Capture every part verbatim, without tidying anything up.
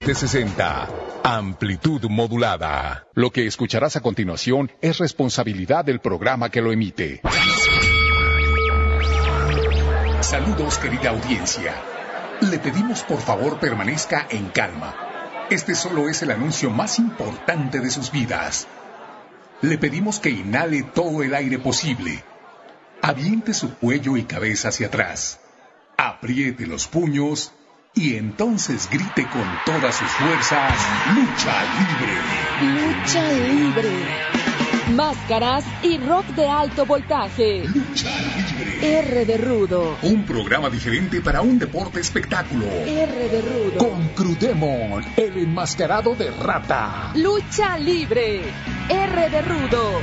De sesenta, amplitud modulada. Lo que escucharás a continuación es responsabilidad del programa que lo emite. Saludos, querida audiencia. Le pedimos por favor permanezca en calma. Este solo es el anuncio más importante de sus vidas. Le pedimos que inhale todo el aire posible. Aviente su cuello y cabeza hacia atrás. Apriete los puños y entonces grite con todas sus fuerzas: ¡Lucha libre! ¡Lucha libre! Máscaras y rock de alto voltaje. ¡Lucha libre! R de Rudo. Un programa diferente para un deporte espectáculo. R de Rudo. Con Crudemon, el enmascarado de rata. ¡Lucha libre! R de Rudo.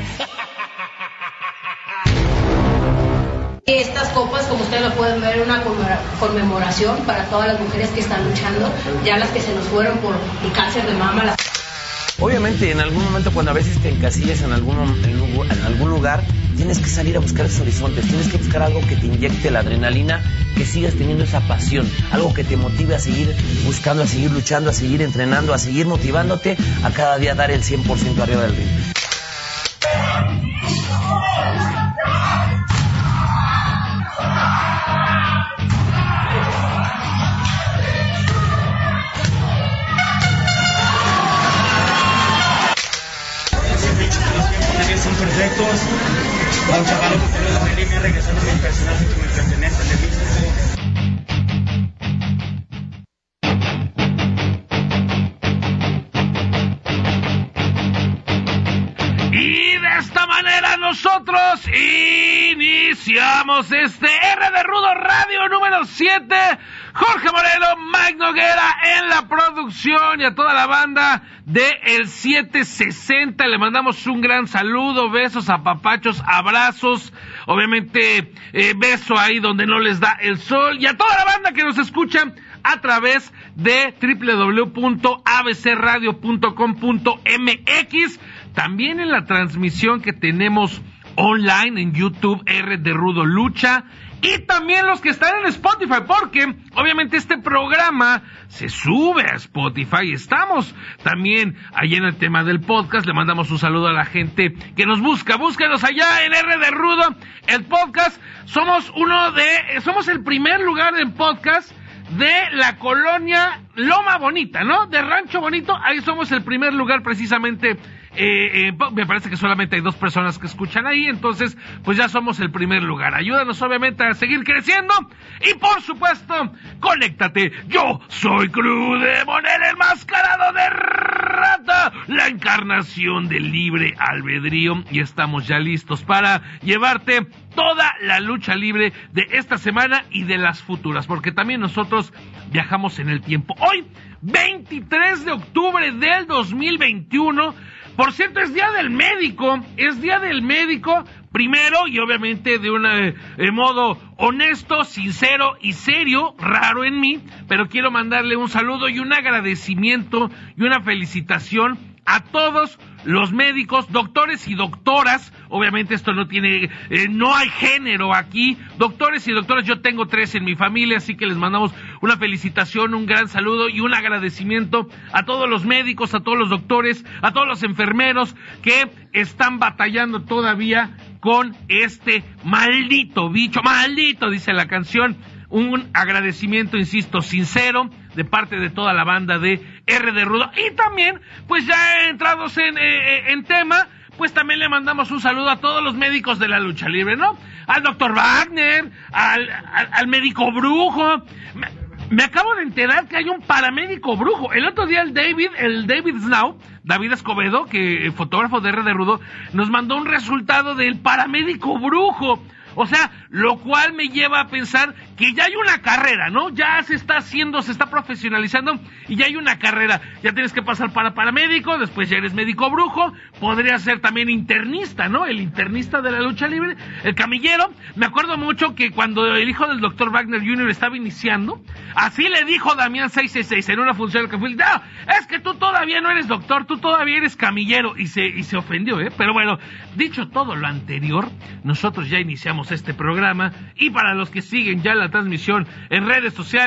Estas copas, como ustedes lo pueden ver, una conmemoración para todas las mujeres que están luchando, ya las que se nos fueron por el cáncer de mama. Las... Obviamente, en algún momento, cuando a veces te encasillas en algún, en, en algún lugar, tienes que salir a buscar esos horizontes, tienes que buscar algo que te inyecte la adrenalina, que sigas teniendo esa pasión, algo que te motive a seguir buscando, a seguir luchando, a seguir entrenando, a seguir motivándote a cada día dar el cien por ciento arriba del ring. Son perfectos. Los chavales que tenemos en línea regresando a mi personaje que me pertenece de mí. Y de esta manera nosotros iniciamos este R de Rudo Radio número siete. Jorge Moreno, Mike Noguera en la producción y a toda la banda de El setecientos sesenta. Le mandamos un gran saludo, besos, apapachos, abrazos. Obviamente, eh, beso ahí donde no les da el sol. Y a toda la banda que nos escucha a través de doble u doble u doble u punto a b c radio punto com punto m x. También en la transmisión que tenemos online en YouTube, R de Rudo Lucha. Y también los que están en Spotify, porque obviamente este programa se sube a Spotify. Estamos también ahí en el tema del podcast. Le mandamos un saludo a la gente que nos busca. Búsquenos allá en R de Rudo, el podcast. Somos uno de, somos el primer lugar en podcast de la colonia Loma Bonita, ¿no? De Rancho Bonito. Ahí somos el primer lugar precisamente. Eh, eh, me parece que solamente hay dos personas que escuchan ahí, entonces pues ya somos el primer lugar. Ayúdanos obviamente a seguir creciendo y por supuesto, conéctate. Yo soy Crudemon, el enmascarado de rata, la encarnación del libre albedrío, y estamos ya listos para llevarte toda la lucha libre de esta semana y de las futuras, porque también nosotros viajamos en el tiempo. Hoy, veintitrés de octubre del dos mil veintiuno. Por cierto, es Día del Médico, es Día del Médico, primero, y obviamente de un eh, modo honesto, sincero y serio, raro en mí, pero quiero mandarle un saludo y un agradecimiento y una felicitación a todos los médicos, doctores y doctoras. Obviamente esto no tiene, eh, no hay género aquí, doctores y doctoras. Yo tengo tres en mi familia, así que les mandamos una felicitación, un gran saludo y un agradecimiento a todos los médicos, a todos los doctores, a todos los enfermeros que están batallando todavía con este maldito bicho, maldito, dice la canción. Un agradecimiento, insisto, sincero de parte de toda la banda de R de Rudo. Y también, pues ya entrados en, eh, en tema, pues también le mandamos un saludo a todos los médicos de la lucha libre, ¿no? Al doctor Wagner, al, al, al médico brujo. Me, me acabo de enterar que hay un paramédico brujo. El otro día el David, el David Snow, David Escobedo, que fotógrafo de R de Rudo, nos mandó un resultado del paramédico brujo. O sea, lo cual me lleva a pensar que ya hay una carrera, ¿no? Ya se está haciendo, se está profesionalizando y ya hay una carrera. Ya tienes que pasar para paramédico, después ya eres médico brujo, podría ser también internista, ¿no? El internista de la lucha libre, el camillero. Me acuerdo mucho que cuando el hijo del doctor Wagner junior estaba iniciando, así le dijo Damián seiscientos sesenta y seis en una función que fue, no, es que tú todavía no eres doctor, tú todavía eres camillero, y se, y se ofendió, ¿eh? Pero bueno, dicho todo lo anterior, nosotros ya iniciamos este programa, y para los que siguen ya la transmisión en redes sociales,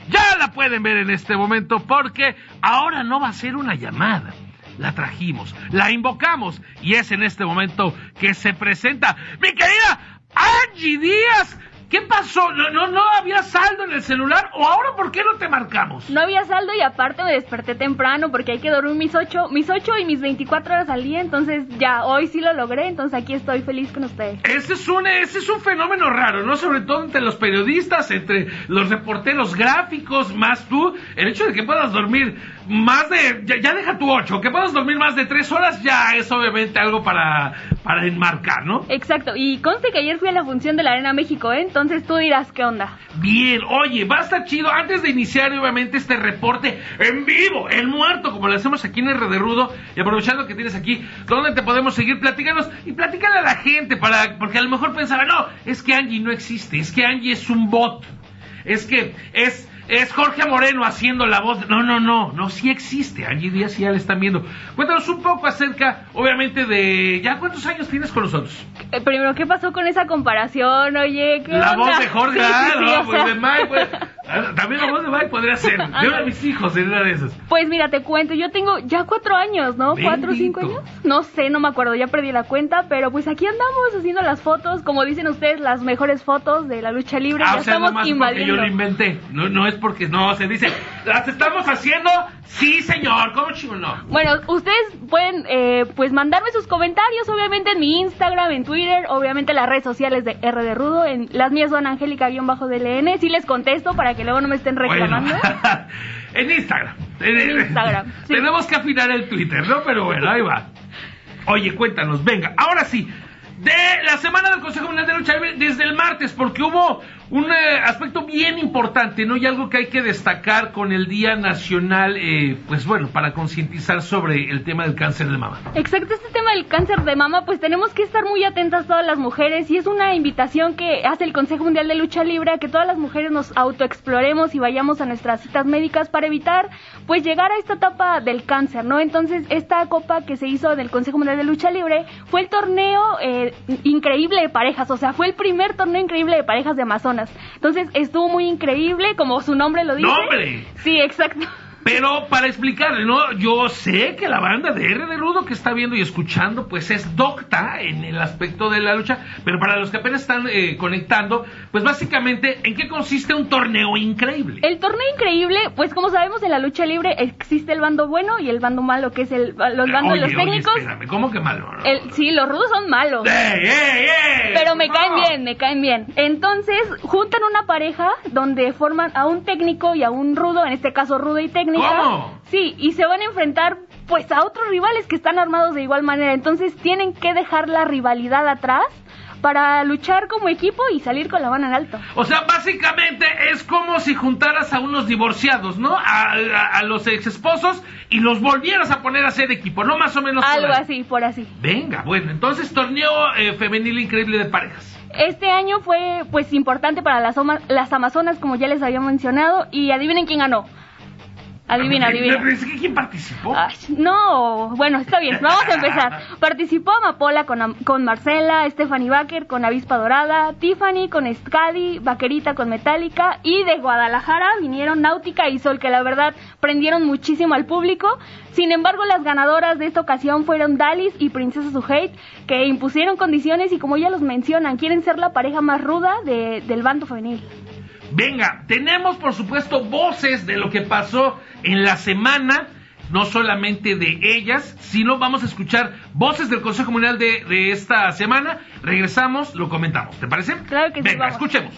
ya la pueden ver en este momento porque ahora no va a ser una llamada. La trajimos, la invocamos y es en este momento que se presenta mi querida Angie Díaz. ¿Qué pasó? ¿No, no, no había saldo en el celular? ¿O ahora por qué no te marcamos? No había saldo y aparte me desperté temprano porque hay que dormir mis ocho, mis ocho y mis veinticuatro horas al día. Entonces ya, hoy sí lo logré, entonces aquí estoy feliz con ustedes. Ese es un, ese es un fenómeno raro, ¿no? Sobre todo entre los periodistas, entre los reporteros gráficos, más tú. El hecho de que puedas dormir más de... Ya, ya deja tu ocho, que puedas dormir más de tres horas ya es obviamente algo para, para enmarcar, ¿no? Exacto, y conste que ayer fui a la función de la Arena México, ¿eh? Entonces tú dirás, ¿qué onda? Bien, oye, va a estar chido. Antes de iniciar, obviamente, este reporte en vivo, el muerto, como lo hacemos aquí en R de Rudo, y aprovechando que tienes aquí, ¿dónde te podemos seguir? Platícanos y platícale a la gente, para porque a lo mejor pensaba, no, es que Angie no existe, es que Angie es un bot, es que es... Es Jorge Moreno haciendo la voz. No, no, no, no, sí existe. Angie Díaz, ya le están viendo. Cuéntanos un poco acerca, obviamente, de... ¿Ya cuántos años tienes con nosotros? Eh, primero, ¿qué pasó con esa comparación? Oye, ¿qué La onda? voz de Jorge, sí, ah, sí, sí, no, o pues sea... de Mike, pues, también la voz de Mike podría ser. De uno de mis hijos, en una de esas. Pues mira, te cuento, yo tengo ya cuatro años, ¿no? Bendito. ¿Cuatro o cinco años? No sé, no me acuerdo, ya perdí la cuenta, pero pues aquí andamos haciendo las fotos, como dicen ustedes, las mejores fotos de la lucha libre, Ah, ya o sea, estamos nomás invadiendo. porque yo lo inventé. No, no es porque, no, se dice, ¿las estamos haciendo? Sí, señor, ¿cómo chico no? Bueno, ustedes pueden, eh, pues, mandarme sus comentarios, obviamente, en mi Instagram, en Twitter, obviamente las redes sociales de R de Rudo, en las mías son Angélica-D L N, sí les contesto para que luego no me estén reclamando. Bueno, en Instagram. En Instagram, sí. Tenemos que afinar el Twitter, ¿no? Pero bueno, ahí va. Oye, cuéntanos, venga, ahora sí, de la semana del Consejo Mundial de Lucha Libre desde el martes, porque hubo un eh, aspecto bien importante, ¿no? Y algo que hay que destacar con el Día Nacional, eh, pues bueno, para concientizar sobre el tema del cáncer de mama. Exacto, este tema del cáncer de mama, pues tenemos que estar muy atentas todas las mujeres y es una invitación que hace el Consejo Mundial de Lucha Libre a que todas las mujeres nos autoexploremos y vayamos a nuestras citas médicas para evitar, pues, llegar a esta etapa del cáncer, ¿no? Entonces, esta copa que se hizo del Consejo Mundial de Lucha Libre fue el torneo eh, increíble de parejas, o sea, fue el primer torneo increíble de parejas de Amazonas. Entonces estuvo muy increíble, como su nombre lo dice. ¡Nombre! Sí, exacto. Pero para explicarle, ¿no? Yo sé que la banda de R de Rudo que está viendo y escuchando, pues es docta en el aspecto de la lucha, pero para los que apenas están eh, conectando, pues básicamente, ¿en qué consiste un torneo increíble? El torneo increíble, pues como sabemos en la lucha libre existe el bando bueno y el bando malo, que es el los bandos oye, de los técnicos. Oye, espérame, ¿cómo que malo? No, el, no, sí, los rudos son malos. ¡Ey, ey, ey! Pero me No. caen bien, me caen bien. Entonces, juntan una pareja donde forman a un técnico y a un rudo, en este caso rudo y técnica. ¿Cómo? Sí, y se van a enfrentar pues a otros rivales que están armados de igual manera. Entonces tienen que dejar la rivalidad atrás para luchar como equipo y salir con la mano en alto. O sea, básicamente es como si juntaras a unos divorciados, ¿no? A, a, a los ex esposos y los volvieras a poner a ser equipo, ¿no? Más o menos. Algo por ahí. así, por así. Venga, bueno, entonces torneo eh, femenil increíble de parejas. Este año fue pues importante para las, las Amazonas, como ya les había mencionado, y adivinen quién ganó. Adivina, adivina. ¿Quién participó? Ay, no, bueno, está bien, vamos a empezar. Participó Amapola con, con Marcela, Stephanie Baker con Avispa Dorada, Tiffany con Skadi, Vaquerita con Metallica, y de Guadalajara vinieron Náutica y Sol, que la verdad prendieron muchísimo al público. Sin embargo, las ganadoras de esta ocasión fueron Dalis y Princesa Suheit, que impusieron condiciones y, como ya los mencionan, quieren ser la pareja más ruda de, del bando femenil. Venga, tenemos por supuesto voces de lo que pasó en la semana, no solamente de ellas, sino vamos a escuchar voces del Consejo Mundial de, de esta semana. Regresamos, lo comentamos, ¿te parece? Claro que sí. Venga, vamos. escuchemos.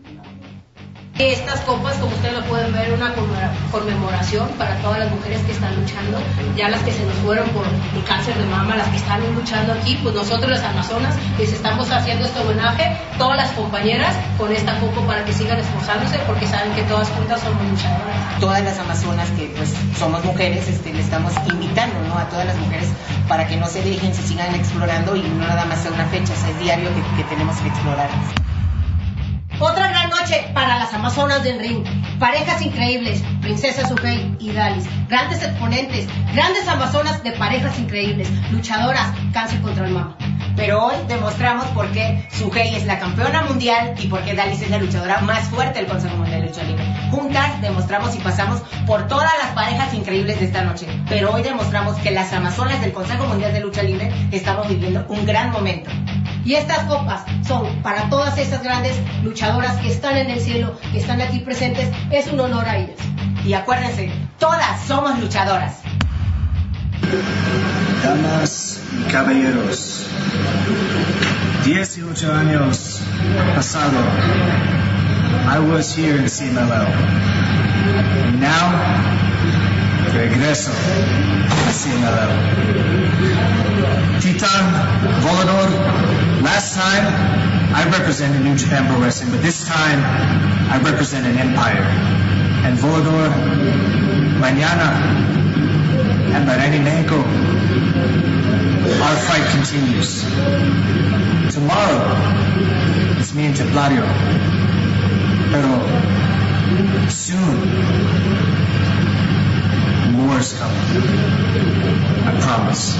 Estas copas, como ustedes lo pueden ver, una conmemoración para todas las mujeres que están luchando, ya las que se nos fueron por el cáncer de mama, las que están luchando aquí, pues nosotros las Amazonas les estamos haciendo este homenaje, todas las compañeras, con esta copa para que sigan esforzándose, porque saben que todas juntas somos luchadoras. Todas las Amazonas que pues somos mujeres, este, le estamos invitando, ¿no?, a todas las mujeres para que no se dejen, se sigan explorando y no nada más sea una fecha, o sea, es diario que, que tenemos que explorar. Otra gran noche para las Amazonas del ring. Parejas increíbles, Princesa Suheit y Dalis. Grandes exponentes, grandes Amazonas de parejas increíbles. Luchadoras, cáncer contra el mama. pero hoy demostramos por qué Sugey es la campeona mundial y por qué Dalis es la luchadora más fuerte del Consejo Mundial de Lucha Libre. Juntas demostramos y pasamos por todas las parejas increíbles de esta noche, pero hoy demostramos que las amazonas del Consejo Mundial de Lucha Libre estamos viviendo un gran momento. Y estas copas son para todas esas grandes luchadoras que están en el cielo, que están aquí presentes. Es un honor a ellas. Y acuérdense, todas somos luchadoras. Damas y caballeros, dieciocho años pasado, I was here in C M L L. And now, regreso a C M L L. Titan, Volador, last time I represented New Japan Pro Wrestling, but this time I represent an empire. And Volador, mañana, and Barani Mexico, our fight continues. Tomorrow, it's me and Templario. Pero soon, more is coming. I promise.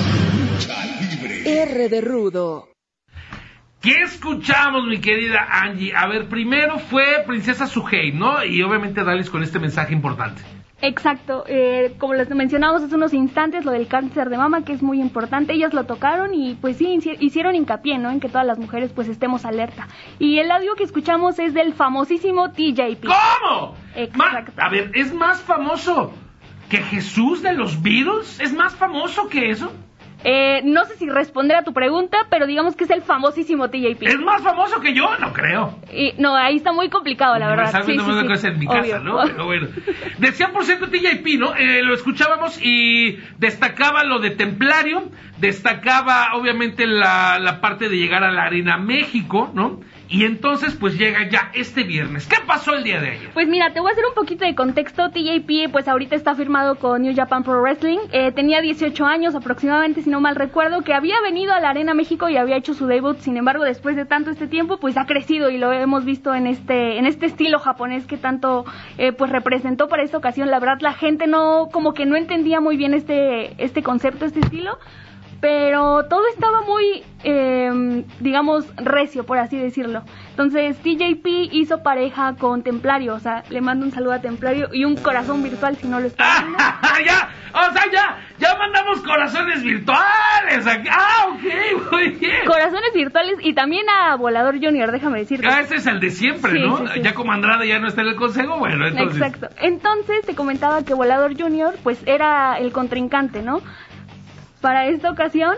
R de Rudo. ¿Qué escuchamos, mi querida Angie? A ver, primero fue Princesa Sugey, ¿no? Y obviamente Dalis con este mensaje importante. Exacto, eh, como les mencionamos hace unos instantes, lo del cáncer de mama, que es muy importante, ellas lo tocaron y pues sí, hicieron hincapié, ¿no?, en que todas las mujeres pues estemos alerta. Y el audio que escuchamos es del famosísimo T J P. ¿Cómo? Exacto. Ma- a ver, ¿es más famoso que Jesús de los Beatles? ¿Es más famoso que eso? Eh, no sé si responder a tu pregunta, pero digamos que es el famosísimo T J P. ¿Es más famoso que yo? No creo. Y, no, ahí está muy complicado, la verdad. Sí, no sí, me sí. cosa en mi Obvio. casa, ¿no? Pero bueno. De cien por ciento T J P, ¿no? Eh, lo escuchábamos y destacaba lo de Templario, destacaba obviamente la, la parte de llegar a la Arena México, ¿no? Y entonces pues llega ya este viernes. ¿Qué pasó el día de ayer? Pues mira, te voy a hacer un poquito de contexto. T J P pues ahorita está firmado con New Japan Pro Wrestling. Eh, tenía dieciocho años aproximadamente, si no mal recuerdo, que había venido a la Arena México y había hecho su debut. Sin embargo, después de tanto este tiempo, pues ha crecido y lo hemos visto en este en este estilo japonés que tanto eh, pues representó para esta ocasión. La verdad, la gente no, como que no entendía muy bien este este concepto, este estilo. Pero todo estaba muy, eh, digamos, recio, por así decirlo. Entonces, T J P hizo pareja con Templario, o sea, le mando un saludo a Templario y un corazón virtual si no lo está viendo. ya, o sea, ya, ya mandamos corazones virtuales. Aquí. Ah, ok, muy bien. Corazones virtuales y también a Volador Junior, déjame decirte. Ah, ese es el de siempre, Sí, ¿no? sí, sí. Ya como Andrade ya no está en el consejo, bueno, entonces. Exacto. Entonces, te comentaba que Volador Junior, pues, era el contrincante, ¿no? Para esta ocasión,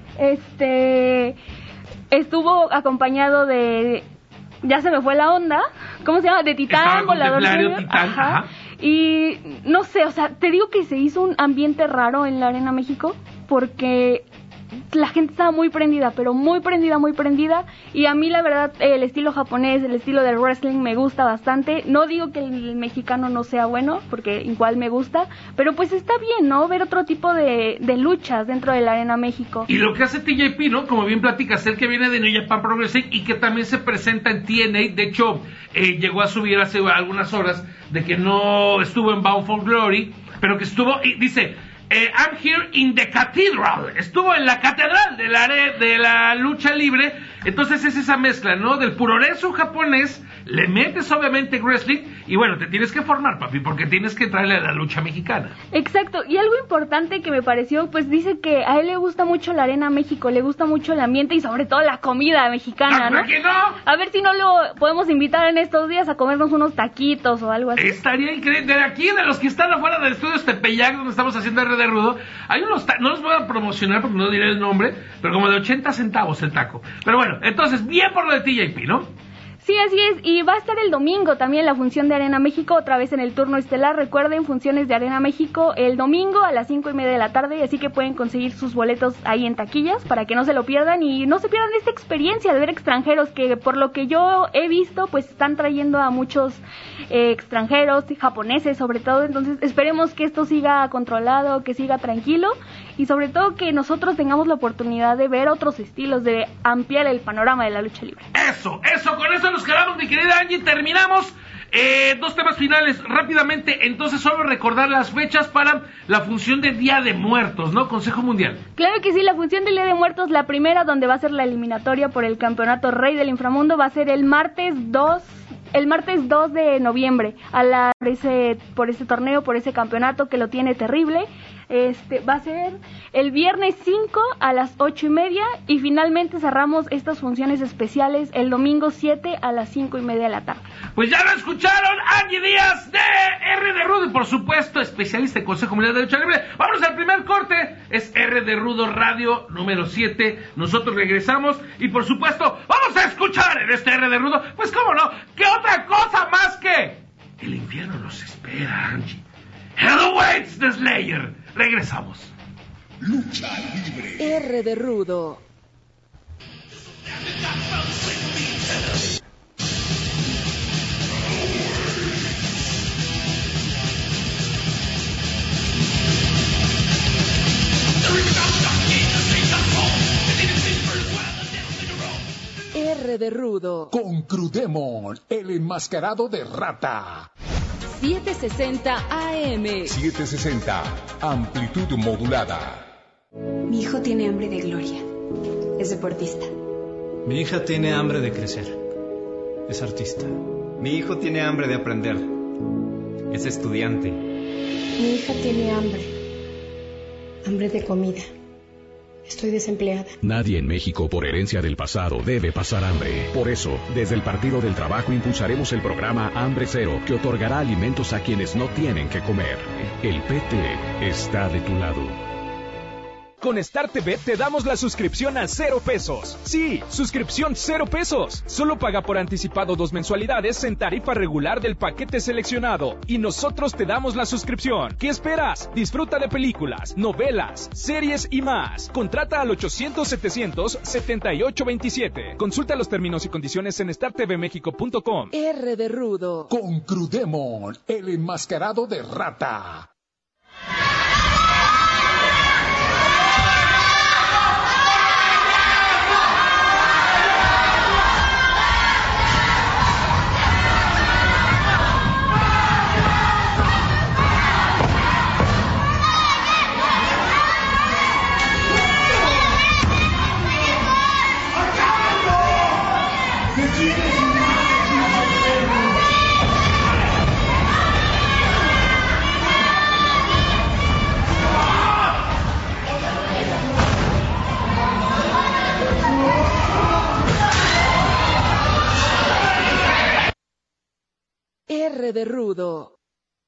este, estuvo acompañado de, ya se me fue la onda, ¿cómo se llama? De Titán, Volador Junior. Titán, ajá. ajá. Y no sé, o sea, te digo que se hizo un ambiente raro en la Arena México porque la gente estaba muy prendida, pero muy prendida, muy prendida. Y a mí la verdad el estilo japonés, el estilo del wrestling me gusta bastante. No digo que el mexicano no sea bueno, porque igual me gusta, pero pues está bien, ¿no? Ver otro tipo de, de luchas dentro de la Arena México. Y lo que hace T J P, ¿no? Como bien platicas, el que viene de New Japan Pro Wrestling y que también se presenta en T N A. De hecho, eh, llegó a subir hace algunas horas de que no estuvo en Bound for Glory, pero que estuvo, y dice... Eh, I'm here in the cathedral. Estuvo en la catedral de la, de la lucha libre. Entonces es esa mezcla, ¿no? Del puroresu japonés. Le metes obviamente wrestling. Y bueno, te tienes que formar, papi, porque tienes que entrarle a la lucha mexicana. Exacto. Y algo importante que me pareció, pues dice que a él le gusta mucho la Arena México. Le gusta mucho el ambiente y sobre todo la comida mexicana, ¿no? ¿Por qué no? A ver si no lo podemos invitar en estos días a comernos unos taquitos o algo así. Estaría increíble. De aquí, de los que están afuera del estudio Tepeyac, donde estamos haciendo R de Rudo, hay unos ta- no los voy a promocionar porque no diré el nombre, pero como de ochenta centavos el taco. Pero bueno, entonces, bien por lo de T J P, ¿no? Sí, así es, y va a estar el domingo también la función de Arena México, otra vez en el turno estelar. Recuerden, funciones de Arena México el domingo a las cinco y media de la tarde, así que pueden conseguir sus boletos ahí en taquillas para que no se lo pierdan y no se pierdan esta experiencia de ver extranjeros que, por lo que yo he visto, pues están trayendo a muchos eh, extranjeros, japoneses sobre todo. Entonces esperemos que esto siga controlado, que siga tranquilo y sobre todo que nosotros tengamos la oportunidad de ver otros estilos, de ampliar el panorama de la lucha libre. Eso, eso, con eso nos quedamos, mi querida Angie. Terminamos Eh, dos temas finales, rápidamente. Entonces, solo recordar las fechas para la función de Día de Muertos, ¿no? Consejo Mundial. Claro que sí, la función del Día de Muertos, la primera, donde va a ser la eliminatoria por el Campeonato Rey del Inframundo, va a ser el martes dos... El martes dos de noviembre, a la, por, ese, por ese torneo, por ese campeonato que lo tiene terrible. Este va a ser el viernes cinco a las ocho y media y finalmente cerramos estas funciones especiales el domingo siete a las cinco y media de la tarde. Pues ya lo escucharon, Angie Díaz de R de Rudo y por supuesto especialista en Consejo Mundial de Lucha Libre. Vámonos al primer corte, es R de Rudo Radio número siete. Nosotros regresamos y por supuesto vamos a escuchar en este R de Rudo, pues cómo no, ¿qué otra cosa más que el infierno nos espera, Angie? Hell awaits the Slayer. Regresamos. Lucha Libre. R de Rudo. R de Rudo. Con Crudemon, el enmascarado de rata. setecientos sesenta A M. setecientos sesenta, amplitud modulada. Mi hijo tiene hambre de gloria. Es deportista. Mi hija tiene hambre de crecer. Es artista. Mi hijo tiene hambre de aprender. Es estudiante. Mi hija tiene hambre. Hambre de comida. Estoy desempleada. Nadie en México por herencia del pasado debe pasar hambre. Por eso, desde el Partido del Trabajo impulsaremos el programa Hambre Cero, que otorgará alimentos a quienes no tienen que comer. El P T está de tu lado. Con Star T V te damos la suscripción a cero pesos. Sí, suscripción cero pesos. Solo paga por anticipado dos mensualidades en tarifa regular del paquete seleccionado y nosotros te damos la suscripción. ¿Qué esperas? Disfruta de películas, novelas, series y más. Contrata al ochocientos setecientos setenta y ocho veintisiete. Consulta los términos y condiciones en star t v mexico punto com. R de Rudo. Con Crudemon, el enmascarado de rata. R de Rudo.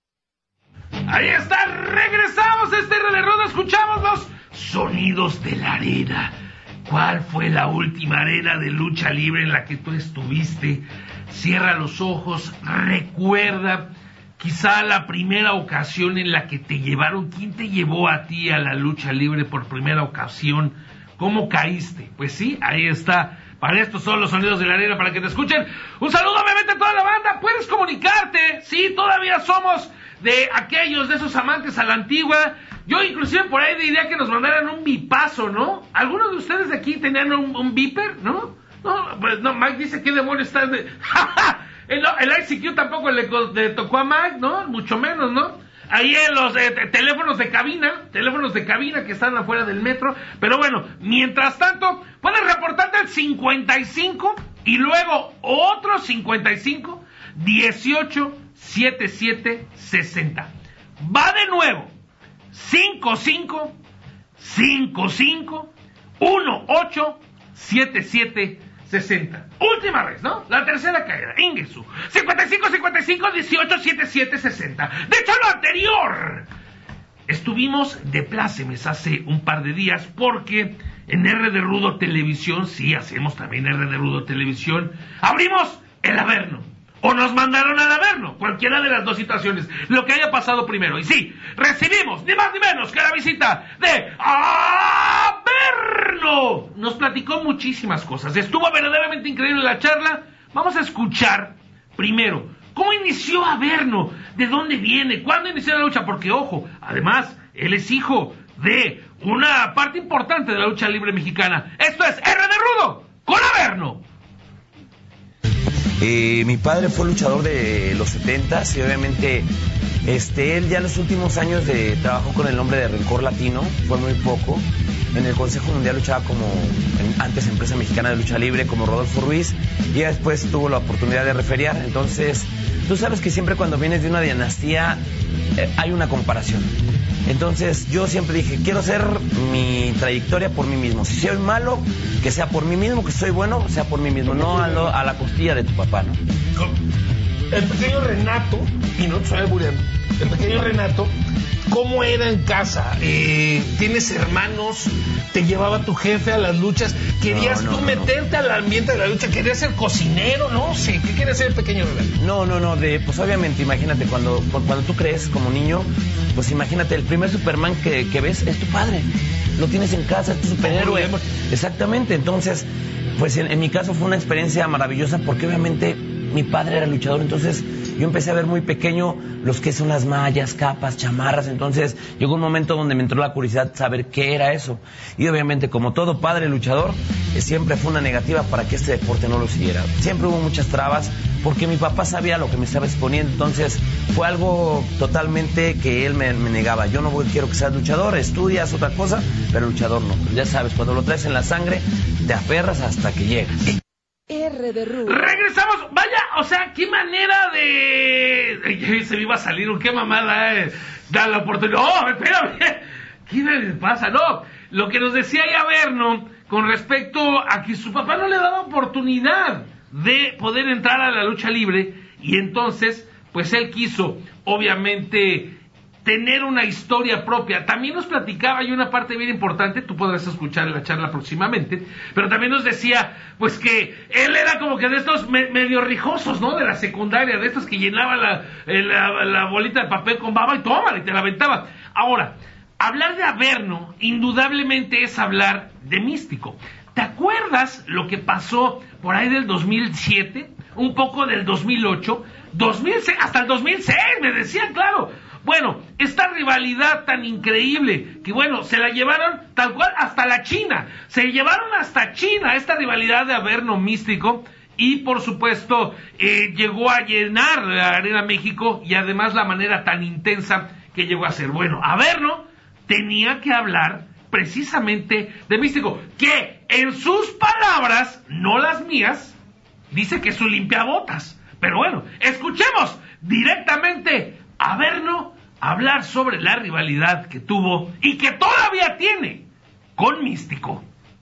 Ahí está, regresamos a este R de Rudo, escuchamos los sonidos de la arena. ¿Cuál fue la última arena de lucha libre en la que tú estuviste? Cierra los ojos, recuerda quizá la primera ocasión en la que te llevaron. ¿Quién te llevó a ti a la lucha libre por primera ocasión? ¿Cómo caíste? Pues sí, ahí está. Para estos son los sonidos de la arena, para que te escuchen. Un saludo obviamente a toda la banda. Puedes comunicarte. Sí, todavía somos de aquellos, de esos amantes a la antigua. Yo inclusive por ahí diría que nos mandaran un bipazo, ¿no? ¿Algunos de ustedes de aquí tenían un, un beeper, no? No, pues no, Mike dice que demonio está de... el, el I C Q tampoco le, le tocó a Mike, ¿no? Mucho menos, ¿no? Ahí en los eh, teléfonos de cabina, teléfonos de cabina que están afuera del metro. Pero bueno, mientras tanto, puedes reportarte al cincuenta y cinco y luego otro cincuenta y cinco, dieciocho, setenta y siete, sesenta. Va de nuevo. cincuenta y cinco, cincuenta y cinco, dieciocho, setenta y siete, sesenta. Última vez, ¿no? La tercera caída. Ingesu. cincuenta y cinco, cincuenta y cinco, dieciocho, setenta y siete, sesenta. De hecho, lo anterior. Estuvimos de plácemes hace un par de días porque en R de Rudo Televisión, sí, hacemos también R de Rudo Televisión, abrimos el Averno. O nos mandaron al Averno, cualquiera de las dos situaciones, lo que haya pasado primero. Y sí, recibimos ni más ni menos que la visita de Averno. Nos platicó muchísimas cosas, estuvo verdaderamente increíble la charla. Vamos a escuchar primero cómo inició Averno, de dónde viene, cuándo inició la lucha, porque ojo, además, él es hijo de una parte importante de la lucha libre mexicana. Esto es R de Rudo con Averno. Eh, mi padre fue luchador de los setentas y obviamente este, él ya en los últimos años de, trabajó con el nombre de Rencor Latino, fue muy poco. En el Consejo Mundial luchaba como, en, antes Empresa Mexicana de Lucha Libre, como Rodolfo Ruiz, y después tuvo la oportunidad de referiar. Entonces, tú sabes que siempre cuando vienes de una dinastía eh, hay una comparación. Entonces yo siempre dije, quiero hacer mi trayectoria por mí mismo. Si soy malo, que sea por mí mismo, que soy bueno, sea por mí mismo, no a, lo, a la costilla de tu papá, ¿no? El pequeño Renato, y no te estoy albureando, el pequeño Renato, ¿cómo era en casa? Eh, ¿Tienes hermanos? ¿Te llevaba tu jefe a las luchas? ¿Querías no, no, tú no, meterte no. al ambiente de la lucha? ¿Querías ser cocinero? No sé, ¿qué quería ser el pequeño Renato? No, no, no, de, pues obviamente, imagínate, cuando, cuando tú crees como niño, pues imagínate, el primer Superman que, que ves es tu padre. Lo tienes en casa, es tu superhéroe. Exactamente, entonces, pues en, en mi caso fue una experiencia maravillosa porque obviamente mi padre era luchador, entonces yo empecé a ver muy pequeño los que son las mallas, capas, chamarras, entonces llegó un momento donde me entró la curiosidad saber qué era eso. Y obviamente, como todo padre luchador, eh, siempre fue una negativa para que este deporte no lo siguiera. Siempre hubo muchas trabas porque mi papá sabía lo que me estaba exponiendo, entonces fue algo totalmente que él me, me negaba. Yo no quiero que seas luchador, estudias otra cosa, pero luchador no. Ya sabes, cuando lo traes en la sangre, te aferras hasta que llegas. R de Rudo. Regresamos, vaya, o sea, qué manera de... Se me iba a salir, qué mamada, eh. Da la oportunidad. ¡Oh, espérame! ¿Qué me pasa? No, lo que nos decía ya Verno con respecto a que su papá no le daba oportunidad de poder entrar a la lucha libre, y entonces, pues él quiso, obviamente, tener una historia propia. También nos platicaba, y una parte bien importante, tú podrás escuchar en la charla próximamente, pero también nos decía, pues que él era como que de estos me, medio rijosos, ¿no? De la secundaria, de estos que llenaba la, la, la bolita de papel con baba y tómala, y te la aventaba. Ahora, hablar de Averno, indudablemente es hablar de Místico. ¿Te acuerdas lo que pasó por ahí del dos mil siete? Un poco del dos mil ocho, dos mil seis, hasta el dos mil seis, me decían, claro. Bueno, esta rivalidad tan increíble, que bueno, se la llevaron tal cual hasta la China, se llevaron hasta China esta rivalidad de Averno Místico, y por supuesto eh, llegó a llenar la Arena México, y además la manera tan intensa que llegó a ser. Bueno, Averno tenía que hablar precisamente de Místico, que en sus palabras, no las mías, dice que es su limpiabotas. Pero bueno, escuchemos directamente a Averno hablar sobre la rivalidad que tuvo y que todavía tiene con Místico.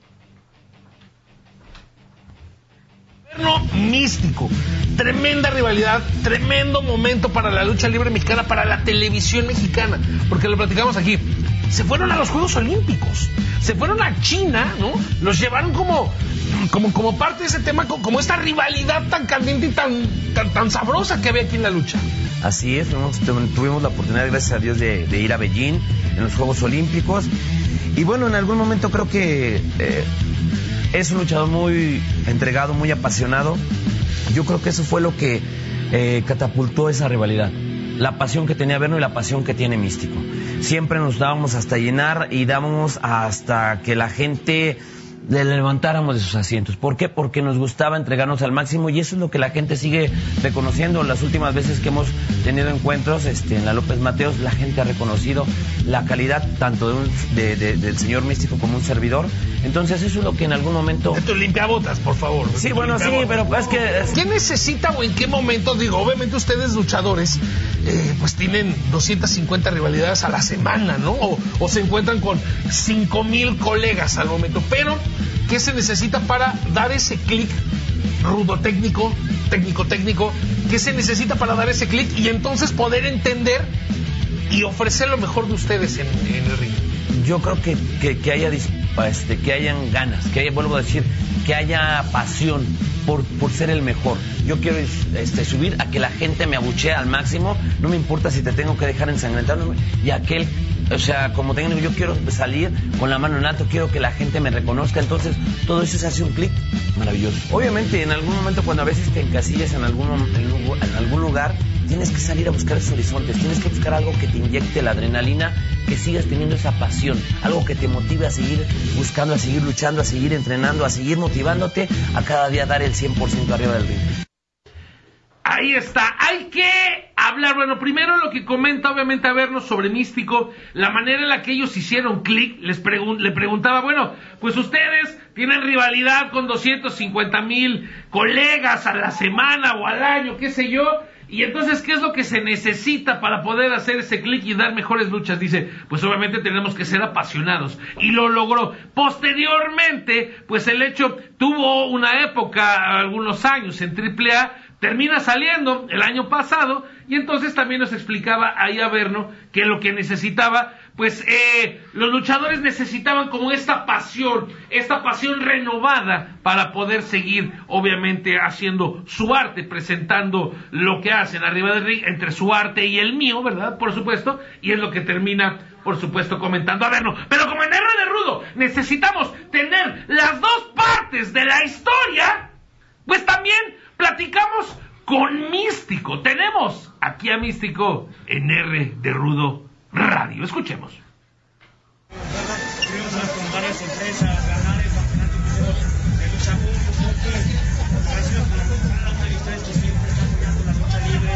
Averno Místico, tremenda rivalidad, tremendo momento para la lucha libre mexicana, para la televisión mexicana, porque lo platicamos aquí. Se fueron a los Juegos Olímpicos, se fueron a China, ¿no? Los llevaron como, como, como parte de ese tema, como esta rivalidad tan caliente y tan, tan, tan sabrosa que había aquí en la lucha. Así es, ¿no? Tuvimos la oportunidad, gracias a Dios, de, de ir a Beijing en los Juegos Olímpicos. Y bueno, en algún momento creo que eh, es un luchador muy entregado, muy apasionado. Yo creo que eso fue lo que eh, catapultó esa rivalidad. La pasión que tenía Averno y la pasión que tiene Místico. Siempre nos dábamos hasta llenar y dábamos hasta que la gente le levantáramos de sus asientos. ¿Por qué? Porque nos gustaba entregarnos al máximo, y eso es lo que la gente sigue reconociendo. Las últimas veces que hemos tenido encuentros este, en la López Mateos, la gente ha reconocido la calidad tanto de un, de, de, del señor Místico como un servidor. Entonces eso es lo que en algún momento... Esto limpiabotas, por favor. Sí, bueno, sí, pero es que... Es... ¿Qué necesita o en qué momento? Digo, obviamente ustedes luchadores, eh, pues tienen doscientas cincuenta rivalidades a la semana, ¿no? O, o se encuentran con cinco mil colegas al momento, pero... ¿qué se necesita para dar ese clic rudo técnico, técnico técnico? ¿Qué se necesita para dar ese clic y entonces poder entender y ofrecer lo mejor de ustedes en, en el ring? Yo creo que, que, que haya este, que hayan ganas, que haya, vuelvo a decir, que haya pasión por, por ser el mejor. Yo quiero este, subir a que la gente me abuchee al máximo, no me importa si te tengo que dejar ensangrentándome, y aquel... O sea, como técnico, yo quiero salir con la mano en alto, quiero que la gente me reconozca. Entonces, todo eso se hace un clic maravilloso. Obviamente, en algún momento, cuando a veces te encasillas en algún, en algún lugar, tienes que salir a buscar esos horizontes. Tienes que buscar algo que te inyecte la adrenalina, que sigas teniendo esa pasión, algo que te motive a seguir buscando, a seguir luchando, a seguir entrenando, a seguir motivándote a cada día dar el cien por ciento arriba del ring. Ahí está, hay que hablar, bueno, primero lo que comenta obviamente Averno sobre Místico, la manera en la que ellos hicieron clic, les pregun- le preguntaba, bueno, pues ustedes tienen rivalidad con doscientos cincuenta mil colegas a la semana o al año, qué sé yo, y entonces, ¿qué es lo que se necesita para poder hacer ese clic y dar mejores luchas? Dice, pues obviamente tenemos que ser apasionados, y lo logró. Posteriormente, pues el hecho, tuvo una época, algunos años en triple A, termina saliendo el año pasado, y entonces también nos explicaba ahí Averno que lo que necesitaba, pues eh, los luchadores necesitaban como esta pasión, esta pasión renovada para poder seguir obviamente haciendo su arte, presentando lo que hacen arriba del ring, entre su arte y el mío, ¿verdad? Por supuesto, y es lo que termina, por supuesto, comentando Averno. Pero como en R de Rudo necesitamos tener las dos partes de la historia, pues también platicamos con Místico. Tenemos aquí a Místico en R de Rudo Radio. Escuchemos. Tuvimos con varias empresas, ganar el campeonato de lucha pública, gracias por la entrevista que siempre está apoyando la lucha libre.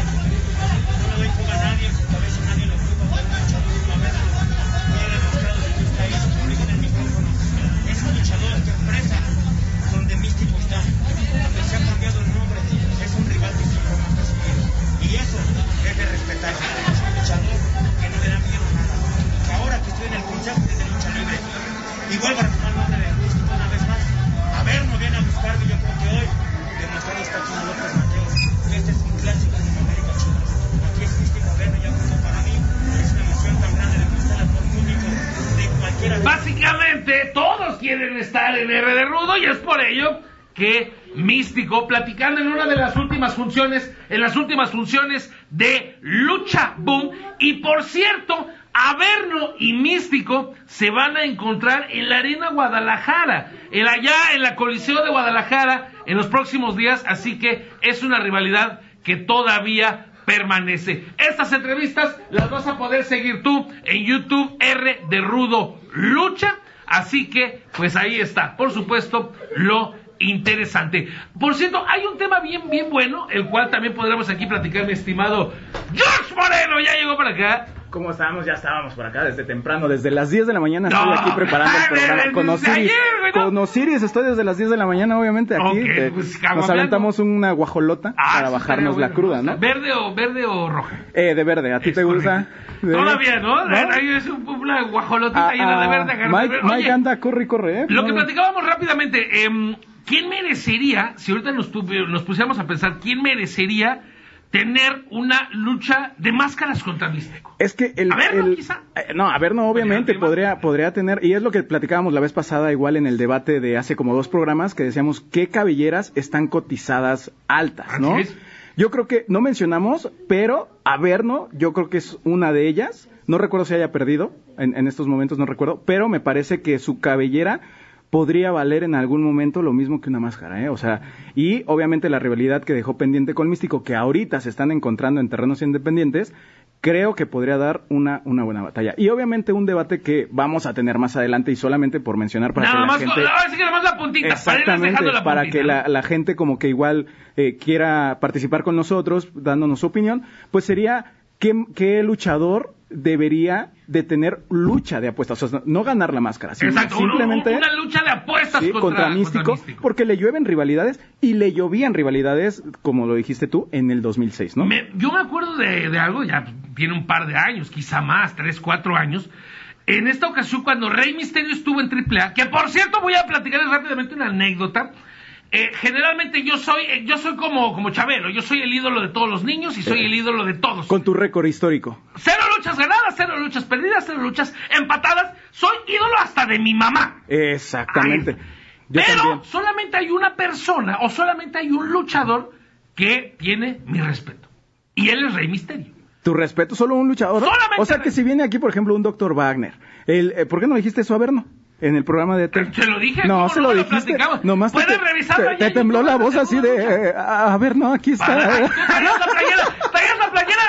No le doy fuga a nadie, porque a veces nadie lo ocupa por un luchador como Averno. Muy demostrado de que está ahí, su público en el micrófono. Es un luchador que expresa donde Místico está, donde se ha cambiado el nombre, es un rival que siempre va a recibir. Y eso es de respetar. Es un luchador que no le da miedo a nada. Ahora que estoy en el consejo de lucha libre, y vuelvo a retomar el nombre de Místico una vez más, Averno viene a buscarme. Yo creo que hoy demostrado está Chino López Mateos, que este es un clásico de América Chino. Aquí es Místico Averno, ya como para mí es una emoción tan grande de estar por público de cualquiera. Básicamente todos quieren estar en R de Rudo, y es por ello que Místico, platicando en una de las últimas funciones, en las últimas funciones de Lucha Boom, y por cierto, Averno y Místico se van a encontrar en la Arena Guadalajara, en allá en la Coliseo de Guadalajara, en los próximos días, así que es una rivalidad que todavía permanece. Estas entrevistas las vas a poder seguir tú en YouTube, R de Rudo Lucha, así que pues ahí está, por supuesto, lo interesante. Por cierto, hay un tema bien, bien bueno, el cual también podremos aquí platicar, mi estimado George Moreno, ya llegó para acá. ¿Cómo estábamos? Ya estábamos por acá desde temprano, desde las diez de la mañana estoy no, aquí preparando el programa con Osiris. Ayer, ¿no? Con Osiris estoy desde las diez de la mañana, obviamente, aquí. Okay, eh, pues, nos aventamos una guajolota ah, para bajarnos bueno, la cruda, ¿no? ¿Verde o verde o roja? Eh, de verde, ¿a ti es te gusta? De... Todavía, ¿no? ¿no? Ahí es un, una guajolotita ah, llena de verde. Mike, Oye, Mike anda, corre, corre, ¿eh? Lo no, que platicábamos rápidamente, eh, ¿quién merecería, si ahorita nos, nos pusiéramos a pensar, quién merecería tener una lucha de máscaras contra Místico? Es que el... Averno, el, quizá. Eh, no, Averno obviamente podría, podría tener, y es lo que platicábamos la vez pasada igual en el debate de hace como dos programas, que decíamos qué cabelleras están cotizadas altas, ¿no? ¿Sí? Yo creo que, no mencionamos, pero Averno, yo creo que es una de ellas, no recuerdo si haya perdido, en, en estos momentos no recuerdo, pero me parece que su cabellera podría valer en algún momento lo mismo que una máscara, ¿eh? O sea, y obviamente la rivalidad que dejó pendiente con Místico, que ahorita se están encontrando en terrenos independientes, creo que podría dar una, una buena batalla. Y obviamente un debate que vamos a tener más adelante, y solamente por mencionar para nada que la más, gente... Ahora sí que nada más la puntita, exactamente, para, la para puntita, que la, la gente como que igual eh, quiera participar con nosotros, dándonos su opinión, pues sería qué, qué luchador debería de tener lucha de apuestas, o sea, no ganar la máscara, sino exacto, simplemente una lucha de apuestas sí, contra, contra, Místico, contra Místico, porque le llueven rivalidades y le llovían rivalidades, como lo dijiste tú, en el dos mil seis, ¿no? Me, yo me acuerdo de, de algo, ya tiene un par de años, quizá más, tres, cuatro años, en esta ocasión cuando Rey Misterio estuvo en triple A, que por cierto voy a platicarles rápidamente una anécdota. Eh, generalmente yo soy eh, yo soy como, como Chabelo, yo soy el ídolo de todos los niños y soy eh, el ídolo de todos. Con tu récord histórico. Cero luchas ganadas, cero luchas perdidas, cero luchas empatadas. Soy ídolo hasta de mi mamá. Exactamente. Yo Pero también. Solamente hay una persona o solamente hay un luchador que tiene mi respeto. Y él es Rey Misterio. ¿Tu respeto? ¿Solo un luchador? Solamente o sea que si viene aquí, por ejemplo, un doctor Wagner, el, eh, ¿por qué no dijiste eso a Averno? En el programa de tele. ¿Se lo dije? No, se lo, lo dijiste. Nomás ¿Puedes revisarlo? Te, te tembló la voz así de... Eh, a ver, no, aquí está. Para, tú traías la playera, traías la playera de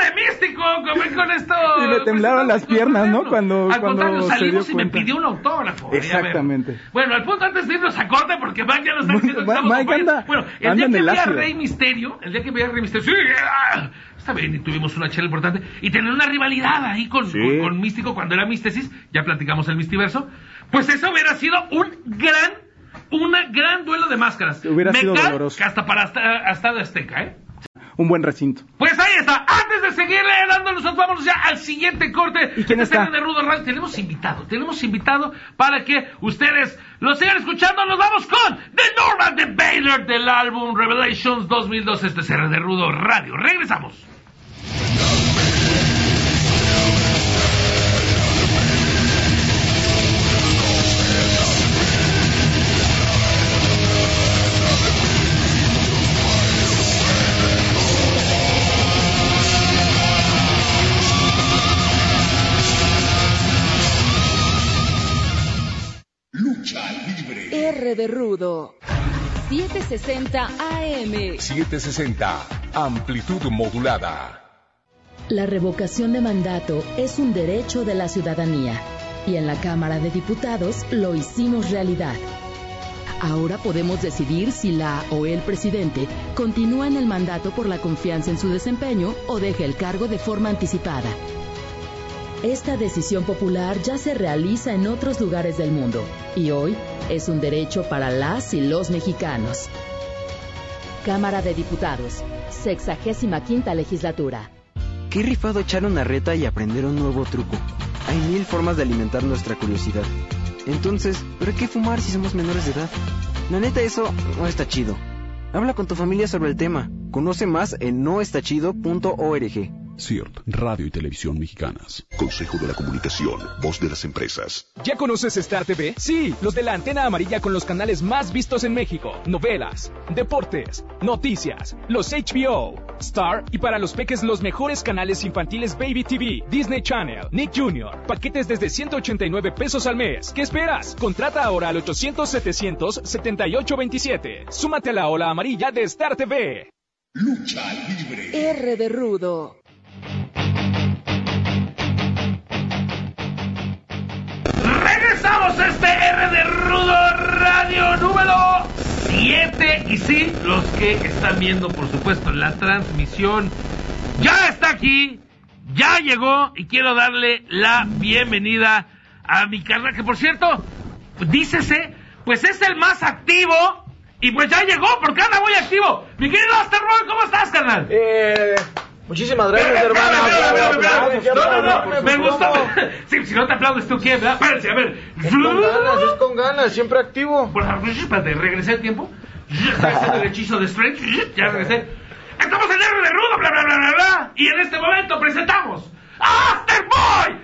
místico, con, con esto. Y le temblaron las piernas, ¿no? Cuando, Al cuando contrario, salimos se y dio me cuenta. pidió un autógrafo. Exactamente. Bueno, al punto antes de irnos a corte, porque Mike ya nos está diciendo que Ma- estamos Mike anda- bueno, el anda día en que el vi a ácido. Rey Misterio, el día que vi a Rey Misterio, sí, ah, está bien, y tuvimos una charla importante, y tener una rivalidad ahí con, Sí. con, con Místico cuando era Místesis, ya platicamos el Mistiverso, pues eso hubiera sido un gran, una gran duelo de máscaras. Hubiera Me sido cae doloroso. que hasta para hasta, hasta de Azteca, ¿eh? Un buen recinto. Pues ahí está. Antes de seguirle dándonos, vámonos ya al siguiente corte. ¿Y quién Este está? de Rudo Radio. Tenemos invitado, tenemos invitado para que ustedes lo sigan escuchando. Nos vamos con The Norman de Baylor del álbum Revelations dos mil dos. Este es R de Rudo Radio. Regresamos. Lucha libre. R de Rudo. setecientos sesenta A M. setecientos sesenta. Amplitud modulada. La revocación de mandato es un derecho de la ciudadanía y en la Cámara de Diputados lo hicimos realidad. Ahora podemos decidir si la o el presidente continúa en el mandato por la confianza en su desempeño o deja el cargo de forma anticipada. Esta decisión popular ya se realiza en otros lugares del mundo y hoy es un derecho para las y los mexicanos. Cámara de Diputados, sexagésima quinta legislatura. Qué rifado echar una reta y aprender un nuevo truco. Hay mil formas de alimentar nuestra curiosidad. Entonces, ¿para qué fumar si somos menores de edad? La neta, eso no está chido. Habla con tu familia sobre el tema. Conoce más en no está chido punto org. C I R T, Radio y Televisión Mexicanas. Consejo de la Comunicación, voz de las empresas. ¿Ya conoces Star T V? Sí, los de la antena amarilla con los canales más vistos en México. Novelas, deportes, noticias, los H B O, Star y para los peques los mejores canales infantiles Baby T V, Disney Channel, Nick junior Paquetes desde ciento ochenta y nueve pesos al mes. ¿Qué esperas? Contrata ahora al ochocientos setecientos setenta y ocho veintisiete. Súmate a la ola amarilla de Star T V. Lucha libre. R de Rudo. Regresamos a este R de Rudo Radio número siete. Y sí, los que están viendo, por supuesto, la transmisión, ya está aquí, ya llegó y quiero darle la bienvenida a mi carnal, que por cierto, dícese, pues es el más activo y pues ya llegó porque anda muy activo. Mi querido Asterboy, ¿cómo estás, carnal? Eh... Muchísimas gracias, hermano. No, no, no, me gustó. Sí, si no te aplaudes tú, ¿quién? Espérense, a ver. Es con ganas, es con ganas, siempre activo. Bueno, espérate, regresé el tiempo. Estoy haciendo el hechizo de Strange. Ya regresé. Estamos en R de Rudo, bla, bla, bla, bla, bla. Y en este momento presentamos a Afterboy.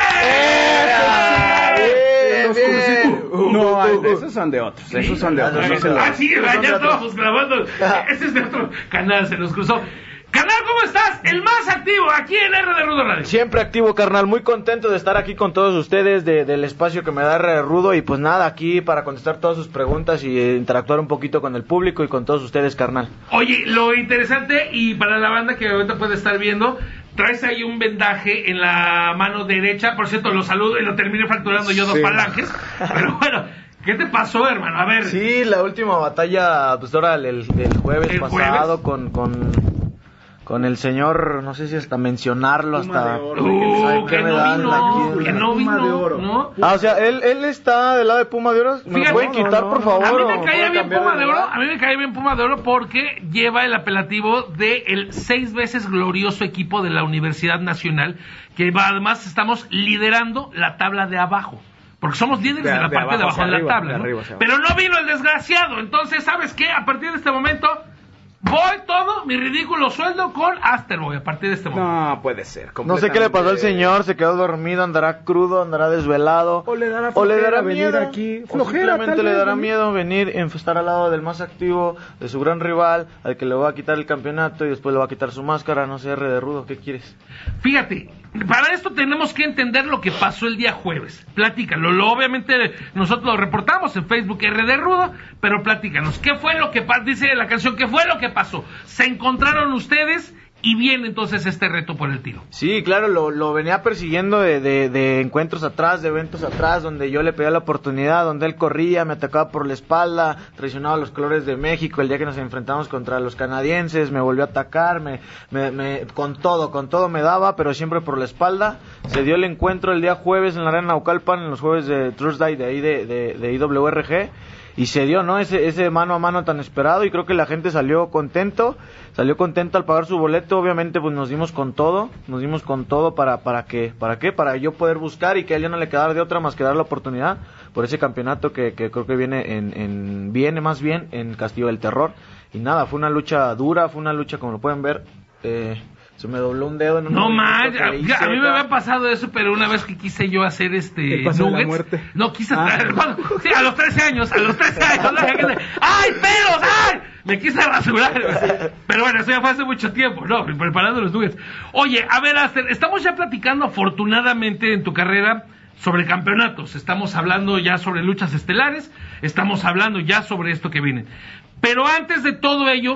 No, esos son de otros, esos son de otros. no se lo- Ah, sí, ya estábamos grabando. Ese es de otro canal, se nos cruzó. Canal, ¿cómo estás? El más activo aquí en R de Rudo Radio. Siempre activo, carnal. Muy contento de estar aquí con todos ustedes, de, del espacio que me da R de Rudo. Y pues nada, aquí para contestar todas sus preguntas y eh, interactuar un poquito con el público y con todos ustedes, carnal. Oye, lo interesante, y para la banda que ahorita puede estar viendo, traes ahí un vendaje en la mano derecha. Por cierto, lo saludo y lo terminé fracturando yo dos Sí. falanges. Pero bueno, ¿qué te pasó, hermano? A ver. Sí, la última batalla, pues ahora el, el, el jueves ¿El pasado con... con... Con el señor, no sé si hasta mencionarlo, Puma hasta... de oro. Uh, que me no dan vino, aquí? que no Puma vino, de oro. ¿no? Ah, o sea, él, él está del lado de Puma de Oro. ¿Me Fíjate, lo pueden quitar, no, por no, favor? A mí o me puedo caía bien cambiar Puma de Oro, lugar? a mí me caía bien Puma de Oro porque lleva el apelativo de el seis veces glorioso equipo de la Universidad Nacional, que además estamos liderando la tabla de abajo. Porque somos líderes de, De- la de parte de abajo abajo de la hacia arriba, tabla, de ¿no? arriba hacia abajo. Pero no vino el desgraciado. Entonces, ¿sabes qué? A partir de este momento, voy todo mi ridículo sueldo con Afterboy. A partir de este momento. No puede ser. No sé qué le pasó al señor, se quedó dormido, andará crudo, andará desvelado. O le dará o le flojera dará venir miedo aquí. o Flojera, simplemente tal le vez, dará venir. miedo venir y estar al lado del más activo, de su gran rival, al que le va a quitar el campeonato y después le va a quitar su máscara. No sé, R de Rudo, ¿qué quieres? Fíjate, para esto tenemos que entender lo que pasó el día jueves. Platícalo, lo, obviamente nosotros lo reportamos en Facebook R de Rudo, pero platícanos, ¿qué fue lo que pasó? Dice la canción, ¿qué fue lo que pasó? Se encontraron ustedes y viene entonces este reto por el tiro. Sí, claro, lo, lo venía persiguiendo de, de, de encuentros atrás, de eventos atrás, donde yo le pedía la oportunidad, donde él corría, me atacaba por la espalda, traicionaba los colores de México. El día que nos enfrentamos contra los canadienses, me volvió a atacar, me, me, me, con todo, con todo me daba, pero siempre por la espalda. Se dio el encuentro el día jueves en la Arena Naucalpan, en los jueves de Thursday de ahí de, de, de I W R G. Y se dio, ¿no? Ese, ese mano a mano tan esperado, y creo que la gente salió contento, salió contento al pagar su boleto. Obviamente pues nos dimos con todo, nos dimos con todo para, para qué, para qué, para yo poder buscar y que a él ya no le quedara de otra más que dar la oportunidad por ese campeonato que, que creo que viene en, en, viene más bien en Castillo del Terror. Y nada, fue una lucha dura, fue una lucha, como lo pueden ver, eh, se me dobló un dedo en un No man, a, a mí me había pasado eso, pero una vez que quise yo hacer este el paso nuggets, de la muerte. No quise ah. traer, bueno, sí, a los trece años, a los trece años, ¿no? ¡Ay, pelos! ¡Ay! Me quise rasurar. Pero bueno, eso ya fue hace mucho tiempo, ¿no? Preparando los nuggets. Oye, a ver, Aster, estamos ya platicando afortunadamente en tu carrera sobre campeonatos. Estamos hablando ya sobre luchas estelares, estamos hablando ya sobre esto que viene. Pero antes de todo ello,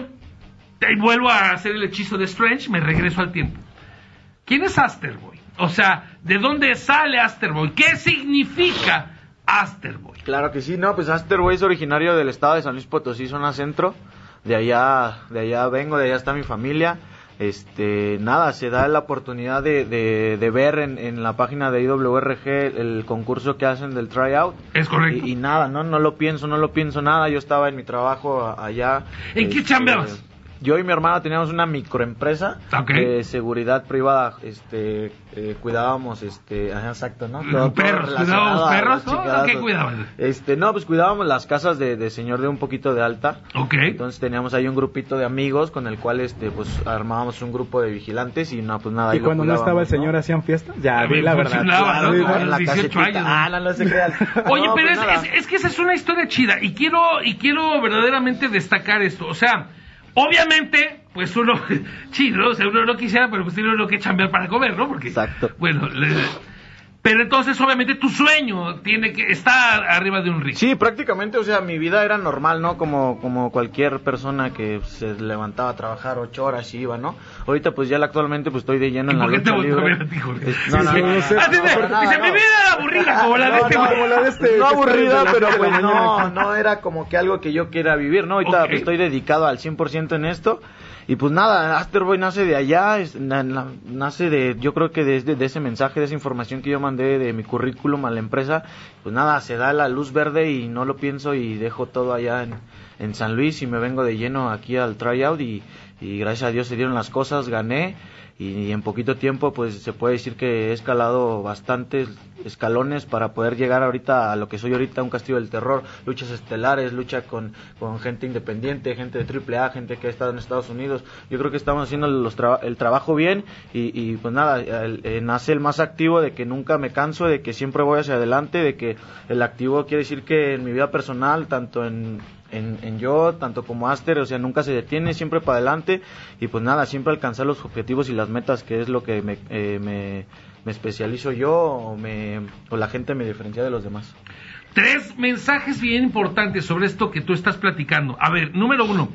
y vuelvo a hacer el hechizo de Strange, me regreso al tiempo. ¿Quién es Aster Boy? O sea, ¿de dónde sale Aster Boy? ¿Qué significa Aster Boy? Claro que sí, no, pues Aster Boy es originario del estado de San Luis Potosí, zona centro. De allá, de allá vengo, de allá está mi familia. Este, nada, se da la oportunidad de, de, de ver en, en la página de I W R G el concurso que hacen del tryout. Es correcto. Y, y nada, no, no lo pienso, no lo pienso nada. Yo estaba en mi trabajo allá. ¿En qué este, chambeabas? Yo y mi hermano teníamos una microempresa okay. de seguridad privada, este, eh, cuidábamos, este, ajá, exacto, ¿no? Todo, perros, todo cuidábamos perros, ¿no? ¿Qué cuidaban? Este, no, pues cuidábamos las casas de, de señor de un poquito de alta. Okay. Entonces teníamos ahí un grupito de amigos con el cual, este, pues armábamos un grupo de vigilantes y no, pues nada. ¿Y cuando no estaba el señor ¿no? hacían fiestas? Ya, vi la verdad. Claro, ¿no? En la dieciocho años. Ah, no, no se crean. Oye, no, pero pues es, es, es que esa es una historia chida y quiero, y quiero verdaderamente destacar esto. O sea, obviamente, pues uno, chido, o sea, uno no quisiera, pero pues tiene uno que chambear para comer, ¿no? Porque, exacto. Bueno, le, pero entonces, obviamente, tu sueño tiene que estar arriba de un ring. Sí, prácticamente, o sea, mi vida era normal, ¿no? Como como cualquier persona que se levantaba a trabajar ocho horas y iba, ¿no? Ahorita, pues, ya actualmente, pues, estoy de lleno en la lucha libre. ¿Por qué te volvió a ver a ti, Jorge? No, no, no. Dice, mi vida era aburrida, como la de este. No, como la de este. No aburrida, pero pues no, no era como que algo que yo quiera vivir, ¿no? Ahorita pues, estoy dedicado al cien por ciento en esto. Y pues nada, Aster Boy nace de allá, es, na, na, nace de, yo creo que desde de ese mensaje, de esa información que yo mandé de mi currículum a la empresa, pues nada, se da la luz verde y no lo pienso y dejo todo allá en, en San Luis y me vengo de lleno aquí al tryout y, y gracias a Dios se dieron las cosas, gané y en poquito tiempo pues se puede decir que he escalado bastantes escalones para poder llegar ahorita a lo que soy ahorita, un Castillo del Terror, luchas estelares, lucha con, con gente independiente, gente de triple A, gente que ha estado en Estados Unidos. Yo creo que estamos haciendo los tra- el trabajo bien y, y pues nada, el, el, nace el más activo de que nunca me canso, de que siempre voy hacia adelante, de que el activo quiere decir que en mi vida personal, tanto en En, en yo, tanto como Aster, o sea, nunca se detiene, siempre para adelante y pues nada, siempre alcanzar los objetivos y las metas, que es lo que me, eh, me, me especializo yo o, me, o la gente me diferencia de los demás. Tres mensajes bien importantes sobre esto que tú estás platicando. A ver, número uno,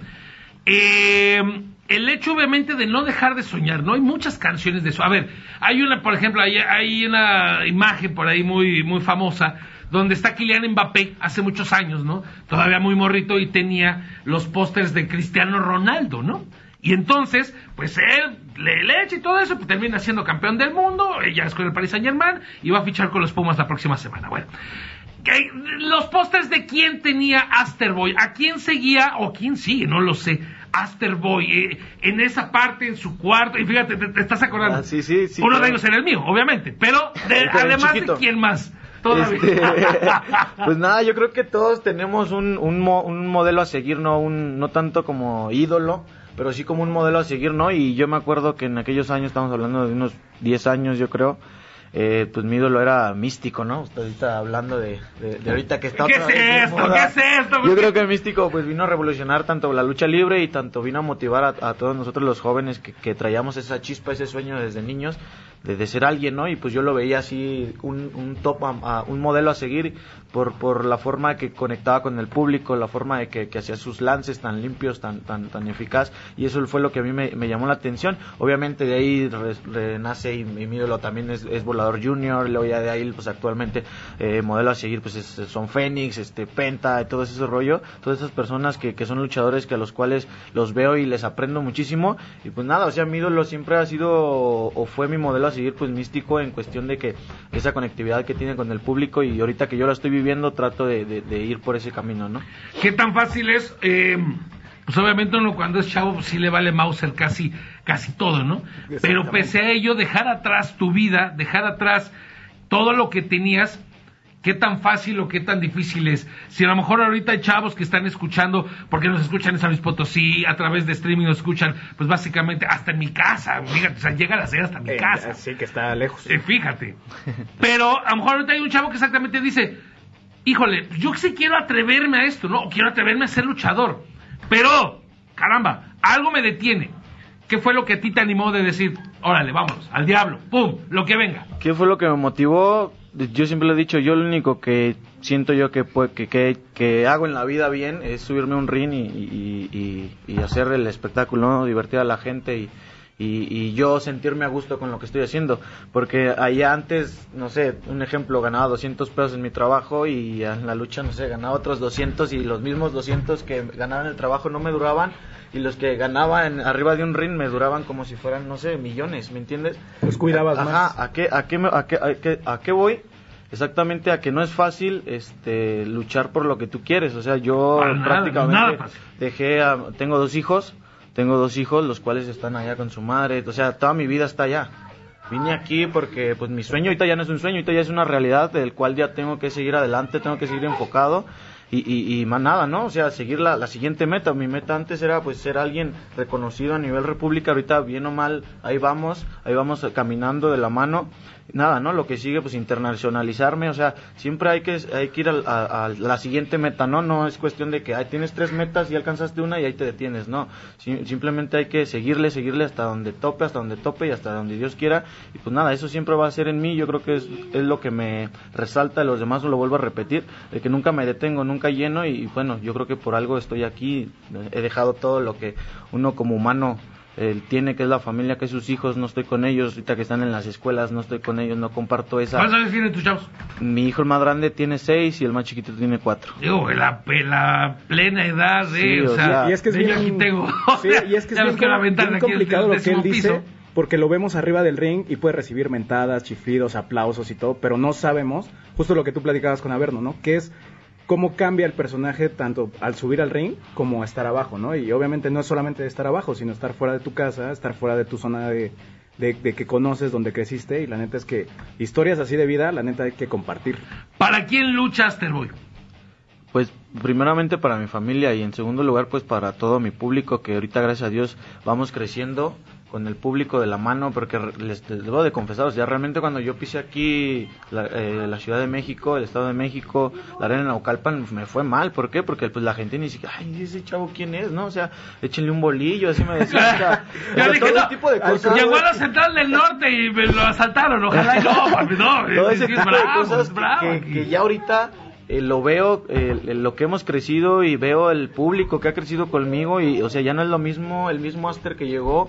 eh, el hecho obviamente de no dejar de soñar, ¿no? Hay muchas canciones de eso. A ver, hay una, por ejemplo, hay, hay una imagen por ahí muy, muy famosa donde está Kylian Mbappé hace muchos años, ¿no? Todavía muy morrito y tenía los pósters de Cristiano Ronaldo, ¿no? Y entonces, pues él le, le echa y todo eso, pues termina siendo campeón del mundo, ya es con el Paris Saint-Germain y va a fichar con los Pumas la próxima semana. Bueno, los pósters de quién tenía Aster Boy, a quién seguía o quién sigue, no lo sé. Aster Boy, eh, en esa parte, en su cuarto, y fíjate, te, te estás acordando. Ah, sí, sí, sí, Uno claro. de ellos era el mío, obviamente, pero, de, pero además chiquito. de quién más. Este, pues nada, yo creo que todos tenemos un, un, mo, un modelo a seguir, no un no tanto como ídolo, pero sí como un modelo a seguir, ¿no? Y yo me acuerdo que en aquellos años, estamos hablando de unos diez años, yo creo, eh, pues mi ídolo era Místico, ¿no? Usted ahorita hablando de, de, de ahorita que está ¿Qué otra es vez esto? de moda. ¿Qué es esto? Yo creo que Místico pues vino a revolucionar tanto la lucha libre y tanto vino a motivar a, a todos nosotros los jóvenes que, que traíamos esa chispa, ese sueño desde niños de, de ser alguien, ¿no? Y pues yo lo veía así, un, un top, a, a, un modelo a seguir por, por la forma que conectaba con el público, la forma de que, que hacía sus lances tan limpios, tan, tan, tan eficaz, y eso fue lo que a mí me, me llamó la atención. Obviamente de ahí re, renace y, y mi ídolo también es, es Volador Junior, luego ya de ahí pues actualmente eh, modelo a seguir pues es, son Fénix, este Penta, y todo ese rollo, todas esas personas que, que son luchadores que a los cuales los veo y les aprendo muchísimo, y pues nada, o sea, mi ídolo siempre ha sido o, o fue mi modelo a seguir, pues Místico, en cuestión de que esa conectividad que tiene con el público, y ahorita que yo la estoy viviendo trato de, de, de ir por ese camino, ¿no? ¿Qué tan fácil es? Eh, pues obviamente uno cuando es chavo pues sí le vale Mauser casi, casi todo, ¿no? Pero pese a ello, dejar atrás tu vida, dejar atrás todo lo que tenías, ¿qué tan fácil o qué tan difícil es? Si a lo mejor ahorita hay chavos que están escuchando, porque nos escuchan en San Luis Potosí, a través de streaming nos escuchan, pues básicamente hasta en mi casa, fíjate, o sea, llegan a ser hasta mi eh, casa. Sí, que está lejos. Eh, fíjate. Pero a lo mejor ahorita hay un chavo que exactamente dice, híjole, yo sí quiero atreverme a esto, ¿no? O quiero atreverme a ser luchador. Pero, caramba, algo me detiene. ¿Qué fue lo que a ti te animó de decir, órale, vámonos, al diablo, pum, lo que venga? ¿Qué fue lo que me motivó? Yo siempre lo he dicho, yo lo único que siento yo que, que, que, que hago en la vida bien es subirme a un ring y, y, y, y hacer el espectáculo, ¿no? Divertir a la gente y, y, y yo sentirme a gusto con lo que estoy haciendo, porque allá antes, no sé, un ejemplo, ganaba doscientos pesos en mi trabajo y en la lucha, no sé, ganaba otros doscientos, y los mismos doscientos que ganaba en el trabajo no me duraban, y los que ganaba en, arriba de un ring me duraban como si fueran, no sé, millones, ¿me entiendes? Los cuidabas Ajá, más. ¿a qué, a, qué me, a, qué, a, qué, ¿a qué voy? Exactamente a que no es fácil este luchar por lo que tú quieres. O sea, yo Para prácticamente nada, nada dejé a, tengo dos hijos, tengo dos hijos los cuales están allá con su madre, o sea, toda mi vida está allá. Vine aquí porque pues mi sueño ahorita ya no es un sueño, ahorita ya es una realidad del cual ya tengo que seguir adelante, tengo que seguir enfocado. Y, y, y más nada, ¿no? O sea, seguir la, la siguiente meta. Mi meta antes era pues ser alguien reconocido a nivel república. Ahorita, bien o mal, ahí vamos, ahí vamos caminando de la mano. Nada, ¿no? Lo que sigue, pues internacionalizarme. O sea, siempre hay que hay que ir a, a, a la siguiente meta, ¿no? No es cuestión de que ay, tienes tres metas y alcanzaste una y ahí te detienes, no. Sim- simplemente hay que seguirle, seguirle hasta donde tope, hasta donde tope y hasta donde Dios quiera. Y pues nada, eso siempre va a ser en mí. Yo creo que es, es lo que me resalta de los demás, lo vuelvo a repetir, de que nunca me detengo, nunca lleno, y bueno, yo creo que por algo estoy aquí, he dejado todo lo que uno como humano eh, tiene, que es la familia, que es sus hijos, no estoy con ellos, ahorita que están en las escuelas, no estoy con ellos, no comparto esa... ¿Cuántos años tienen tus chavos? Mi hijo el más grande tiene seis y el más chiquito tiene cuatro. Digo, la, la plena edad de, Sí, o o sea, sea, y es que es de bien, yo aquí tengo, sí, y es que es ya bien, los quiero aventar bien de aquí complicado del lo que él décimo dice, piso. porque lo vemos arriba del ring y puede recibir mentadas, chiflidos, aplausos y todo, pero no sabemos, justo lo que tú platicabas con Averno, ¿no? Que es cómo cambia el personaje tanto al subir al ring como a estar abajo, ¿no? Y obviamente no es solamente estar abajo, sino estar fuera de tu casa, estar fuera de tu zona de, de, de que conoces, donde creciste, y la neta es que historias así de vida, la neta hay que compartir. ¿Para quién lucha Asterboy? Pues primeramente para mi familia, y en segundo lugar pues para todo mi público, que ahorita gracias a Dios vamos creciendo con el público de la mano, porque les, les debo de confesar, o sea, realmente cuando yo pisé aquí la, eh, la Ciudad de México, el Estado de México, la Arena Naucalpan, me fue mal. ¿Por qué? Porque pues la gente ni siquiera, ay, ese chavo quién es, ¿no? O sea, échenle un bolillo, así me decían. O sea, Yo o sea, dije, todo no, ese tipo de cosas. llegó a la Central del Norte y me lo asaltaron, ojalá y no, papi, no. Todo es, ese es tipo bravo, de cosas es bravo que, que ya ahorita eh, lo veo, eh, lo que hemos crecido, y veo el público que ha crecido conmigo, y o sea, ya no es lo mismo el mismo Aster que llegó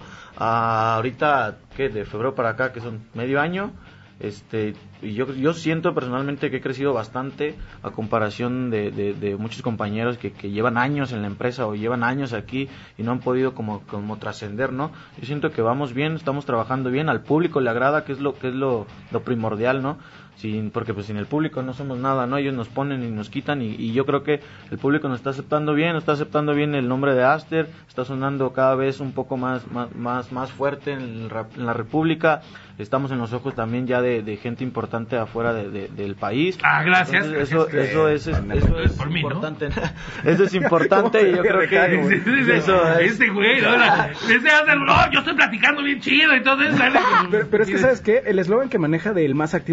a ahorita, que de febrero para acá, que son medio año. Este, y yo, yo siento personalmente que he crecido bastante a comparación de, de, de muchos compañeros que, que llevan años en la empresa o llevan años aquí y no han podido como, como trascender, ¿no? Yo siento que vamos bien, estamos trabajando bien, al público le agrada, que es lo que es lo, lo primordial, ¿no? Sin, porque pues sin el público no somos nada, ¿no? Ellos nos ponen y nos quitan, y, y yo creo que el público nos está aceptando bien, nos está aceptando bien el nombre de Aster, está sonando cada vez un poco más más más, más fuerte en, el, en la República. Estamos en los ojos también ya de, de gente importante afuera de, de, del país. Ah, gracias. Entonces, gracias eso, que, eso es, es, eso es por mí, importante. ¿no? Eso es importante, y yo creo que sí, sí, sí, eso es... este güey, ¿no? Este hace, no, yo estoy platicando bien chido, entonces... Pero, pero es que, ¿sabes qué? El eslogan que maneja del más activo me parece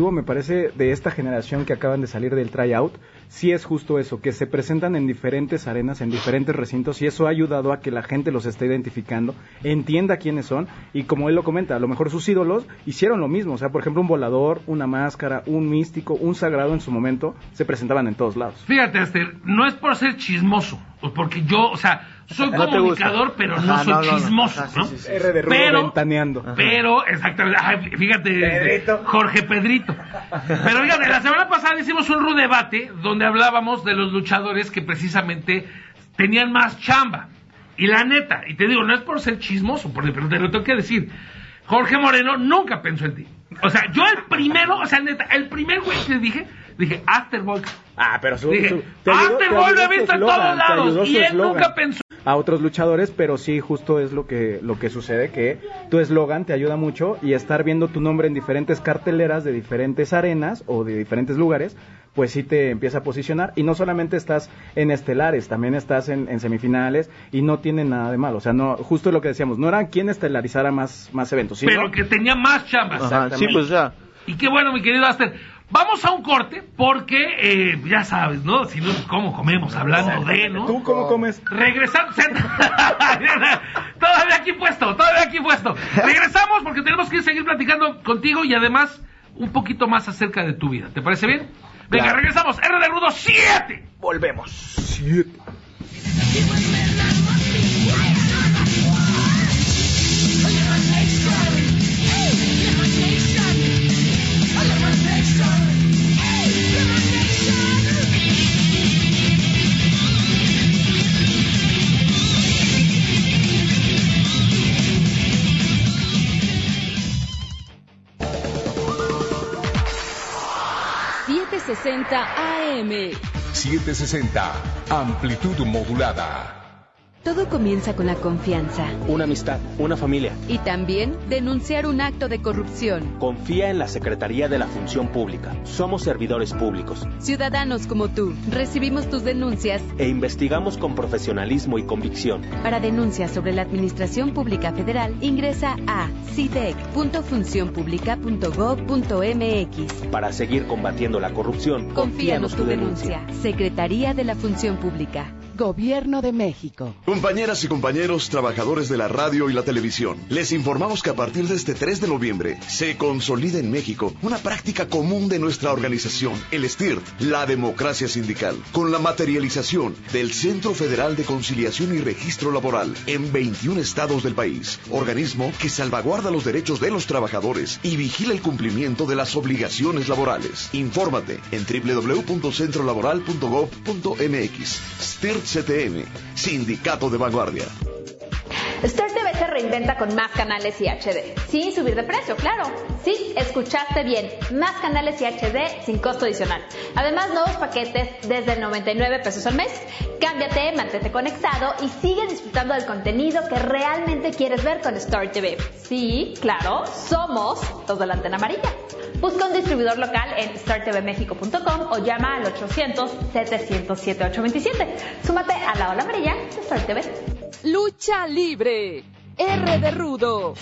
parece de esta generación que acaban de salir del tryout, sí es justo eso, que se presentan en diferentes arenas, en diferentes recintos, y eso ha ayudado a que la gente los esté identificando, entienda quiénes son, y como él lo comenta, a lo mejor sus ídolos hicieron lo mismo, o sea, por ejemplo, un volador, una máscara, un místico, un sagrado en su momento, se presentaban en todos lados. Fíjate, Aster, no es por ser chismoso, porque yo, o sea, soy no comunicador, pero no Ajá, soy no, no, chismoso, ¿no? Sí, sí, sí. R de Rudo pero, ventaneando. Pero, exactamente, ay, fíjate, Pedrito. Jorge Pedrito. Pero fíjate, la semana pasada hicimos un rudo debate donde hablábamos de los luchadores que precisamente tenían más chamba. Y la neta, y te digo, no es por ser chismoso, pero te lo tengo que decir, Jorge Moreno nunca pensó en ti. O sea, yo el primero, o sea, neta, el primer güey que dije, dije, Afterboy. Ah, pero su, dije, su, Afterboy lo he visto en todos lados. Y él slogan. Nunca pensó a otros luchadores, pero sí, justo es lo que lo que sucede, que tu eslogan te ayuda mucho, y estar viendo tu nombre en diferentes carteleras de diferentes arenas o de diferentes lugares, pues sí te empieza a posicionar, y no solamente estás en estelares, también estás en, en semifinales, y no tiene nada de malo, o sea, no, justo lo que decíamos, no era quien estelarizara más, más eventos, sino pero que tenía más chambas. Ajá, sí, pues ya. Y qué bueno, mi querido Aster. Vamos a un corte porque, eh, ya sabes, ¿no? Si no, ¿cómo comemos? Hablando de, ¿no? ¿Tú cómo comes? Regresamos. Todavía aquí puesto, todavía aquí puesto. Regresamos porque tenemos que seguir platicando contigo y además un poquito más acerca de tu vida. ¿Te parece bien? Venga, claro. Regresamos. R de Rudo siete. Volvemos. siete. setecientos sesenta A M. setecientos sesenta, amplitud modulada. Todo comienza con la confianza. Una amistad, una familia. Y también denunciar un acto de corrupción. Confía en la Secretaría de la Función Pública. Somos servidores públicos. Ciudadanos como tú, recibimos tus denuncias e investigamos con profesionalismo y convicción. Para denuncias sobre la Administración Pública Federal, ingresa a c i d e c punto función pública punto gov punto m x. Para seguir combatiendo la corrupción, confíanos tu denuncia. denuncia. Secretaría de la Función Pública. Gobierno de México. Compañeras y compañeros trabajadores de la radio y la televisión, les informamos que a partir de este tres de noviembre se consolida en México una práctica común de nuestra organización, el S T I R T, la democracia sindical, con la materialización del Centro Federal de Conciliación y Registro Laboral en veintiún estados del país, organismo que salvaguarda los derechos de los trabajadores y vigila el cumplimiento de las obligaciones laborales. Infórmate en doble u doble u doble u punto centro laboral punto gov punto m x. S T I R T C T M, Sindicato de Vanguardia. Star T V se reinventa con más canales y H D, sin subir de precio, claro. Sí, escuchaste bien, más canales y H D sin costo adicional. Además, nuevos paquetes desde noventa y nueve pesos al mes. Cámbiate, mantente conectado y sigue disfrutando del contenido que realmente quieres ver con Star T V. Sí, claro, somos los de la antena amarilla. Busca un distribuidor local en star t v mexico punto com o llama al ochocientos, setecientos, setenta y ocho veintisiete. Súmate a la ola amarilla de Star T V. Lucha libre. R de Rudo.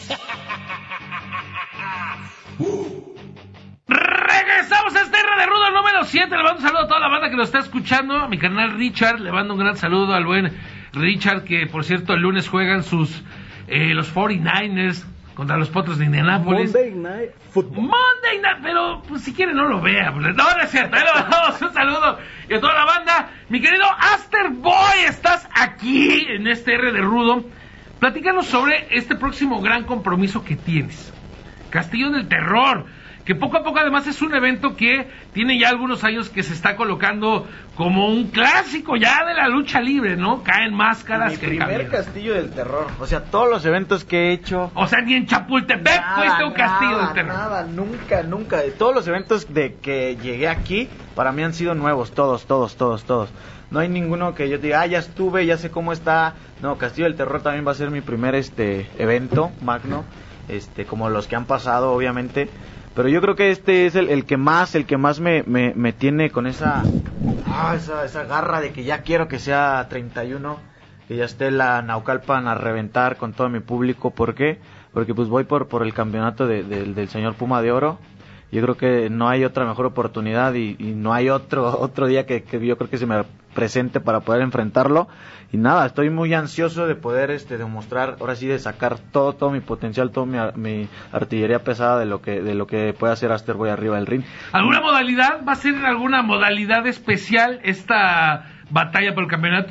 Regresamos a este R de Rudo número siete. Le mando un saludo a toda la banda que lo está escuchando. A mi canal Richard, le mando un gran saludo al buen Richard, que por cierto el lunes juegan sus eh, los cuarenta y nueve ers contra los Potros de Indianápolis. Monday Night Football. Monday Night, pero pues, si quiere no lo vea. No, no es cierto. Ahí le mandamos un saludo y a toda la banda. Mi querido Aster Boy, estás aquí en este R de Rudo. Platícanos sobre este próximo gran compromiso que tienes. Castillo del Terror, que poco a poco además es un evento que tiene ya algunos años que se está colocando como un clásico ya de la lucha libre, ¿no? Caen máscaras. Mi que primer cambian. Castillo del Terror, o sea, todos los eventos que he hecho. O sea, ni en Chapultepec nada, fuiste un Castillo nada, del Terror. Nada, nunca, nunca. Todos los eventos de que llegué aquí, para mí han sido nuevos, todos, todos, todos, todos. No hay ninguno que yo diga, ah, ya estuve, ya sé cómo está. No, Castillo del Terror también va a ser mi primer este evento magno, este como los que han pasado, obviamente. Pero yo creo que este es el, el que más, el que más me, me, me tiene con esa, ah, esa, esa garra de que ya quiero que sea treinta y uno, que ya esté la Naucalpan a reventar con todo mi público. ¿Por qué? Porque pues voy por, por el campeonato de, de, del señor Puma de Oro. Yo creo que no hay otra mejor oportunidad y, y no hay otro otro día que, que yo creo que se me presente para poder enfrentarlo. Y nada, estoy muy ansioso de poder este demostrar, ahora sí, de sacar todo todo mi potencial, toda mi, mi artillería pesada de lo que de lo que puede hacer Aster Boy arriba del ring. ¿Alguna modalidad? ¿Va a ser alguna modalidad especial esta batalla por el campeonato?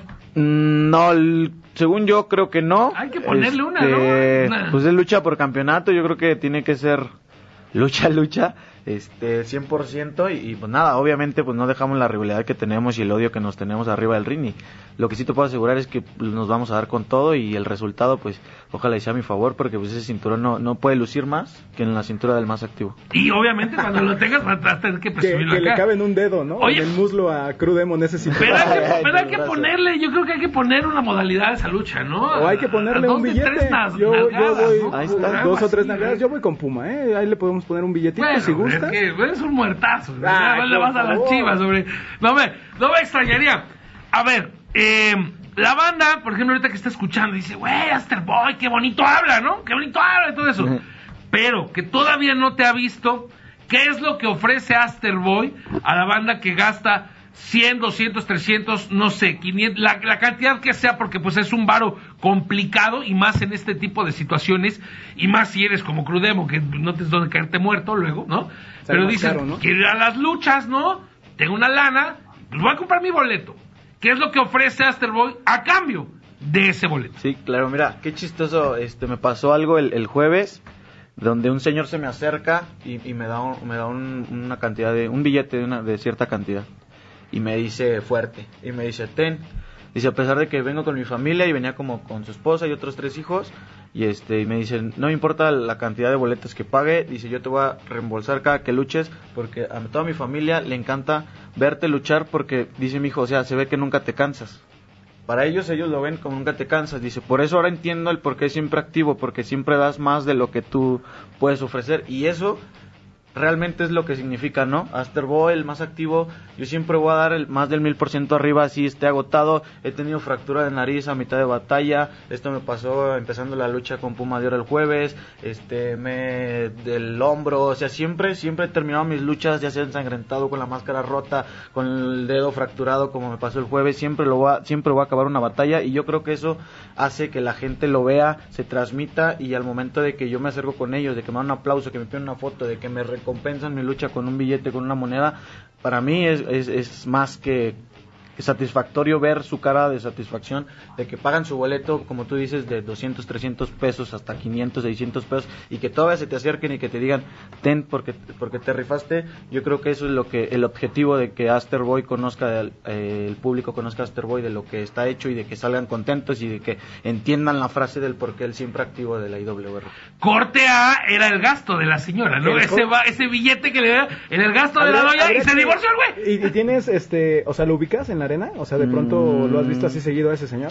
No, el, según yo creo que no. Hay que ponerle este, una, ¿no? Una. Pues es lucha por campeonato, yo creo que tiene que ser lucha, lucha, este, cien por ciento, y, y pues nada, obviamente pues no dejamos la rivalidad que tenemos y el odio que nos tenemos arriba del ring, y lo que sí te puedo asegurar es que pues, nos vamos a dar con todo, y el resultado pues ojalá sea a mi favor, porque pues ese cinturón no, no puede lucir más que en la cintura del más activo. Y obviamente cuando lo tengas vas a tener que presumirlo que, que acá. le cabe en un dedo, ¿no? Oye, en el muslo a Crew Demon ese cinturón. Pero hay que, pero hay que ponerle, yo creo que hay que poner una modalidad a esa lucha, ¿no? O hay que ponerle un billete. Nas, yo, nalgadas, yo voy, ¿no? ahí está, dos o tres nalgadas, yo voy con Puma, ¿eh? Ahí le podemos poner un billetito bueno, si gusta. Es que eres un muertazo, ah, le vas a las Chivas, sobre... No me, no me extrañaría. A ver, eh, la banda, por ejemplo, ahorita que está escuchando, dice, güey, Aster Boy, qué bonito habla, ¿no? Qué bonito habla y todo eso. Uh-huh. Pero que todavía no te ha visto, ¿qué es lo que ofrece Aster Boy a la banda que gasta cien, doscientos, trescientos, no sé, quinientos, la, la cantidad que sea, porque pues es un varo complicado, y más en este tipo de situaciones, y más si eres como Crew Demon, que no tienes donde caerte muerto luego, ¿no? Pero dices, caro, ¿no? Quiero ir a las luchas, ¿no? Tengo una lana, pues voy a comprar mi boleto. ¿Qué es lo que ofrece Aster Boy a cambio de ese boleto? Sí, claro, mira, qué chistoso, este, me pasó algo el, el jueves, donde un señor se me acerca y, y me da, un, me da un, una cantidad de, un billete de, una, de cierta cantidad. Y me dice fuerte, y me dice, ten, dice, a pesar de que vengo con mi familia, y venía como con su esposa y otros tres hijos, y este, y me dice, no me importa la cantidad de boletos que pague, dice, yo te voy a reembolsar cada que luches, porque a toda mi familia le encanta verte luchar, porque, dice mi hijo, o sea, se ve que nunca te cansas. Para ellos, ellos lo ven como nunca te cansas, dice, por eso ahora entiendo el por qué siempre activo, porque siempre das más de lo que tú puedes ofrecer, y eso realmente es lo que significa, ¿no? Aster Boy, el más activo, yo siempre voy a dar el más del mil por ciento arriba, así esté agotado. He tenido fractura de nariz a mitad de batalla, esto me pasó empezando la lucha con Puma de Oro el jueves, este, me, del hombro, o sea, siempre, siempre he terminado mis luchas, ya sea ensangrentado, con la máscara rota, con el dedo fracturado, como me pasó el jueves, siempre lo voy a, siempre voy a acabar una batalla, y yo creo que eso hace que la gente lo vea, se transmita, y al momento de que yo me acerco con ellos, de que me dan un aplauso, que me piden una foto, de que me compensan mi lucha con un billete, con una moneda, para mí es, es, es más que, que satisfactorio ver su cara de satisfacción, de que pagan su boleto, como tú dices, de doscientos, trescientos pesos hasta quinientos, seiscientos pesos, y que todavía se te acerquen y que te digan, ten, porque, porque te rifaste. Yo creo que eso es lo que el objetivo de que Aster Boy conozca, eh, el público conozca a Aster Boy, de lo que está hecho, y de que salgan contentos, y de que entiendan la frase del por qué él siempre activo de la I W R. Corte A era el gasto de la señora, ¿no? Ese, va, ese billete que le da era el gasto de la doña, y se que... divorció el güey. ¿Y, y tienes, este, o sea, lo ubicas en la arena? O sea, de pronto mm. lo has visto así seguido a ese señor.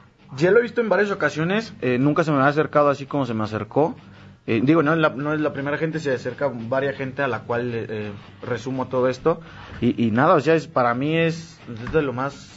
Ya lo he visto en varias ocasiones, eh, nunca se me ha acercado así como se me acercó. Eh, digo, no es, la, no es la primera gente, se acerca varias gente a la cual eh, resumo todo esto. Y, y nada, o sea, es, para mí es, es de lo más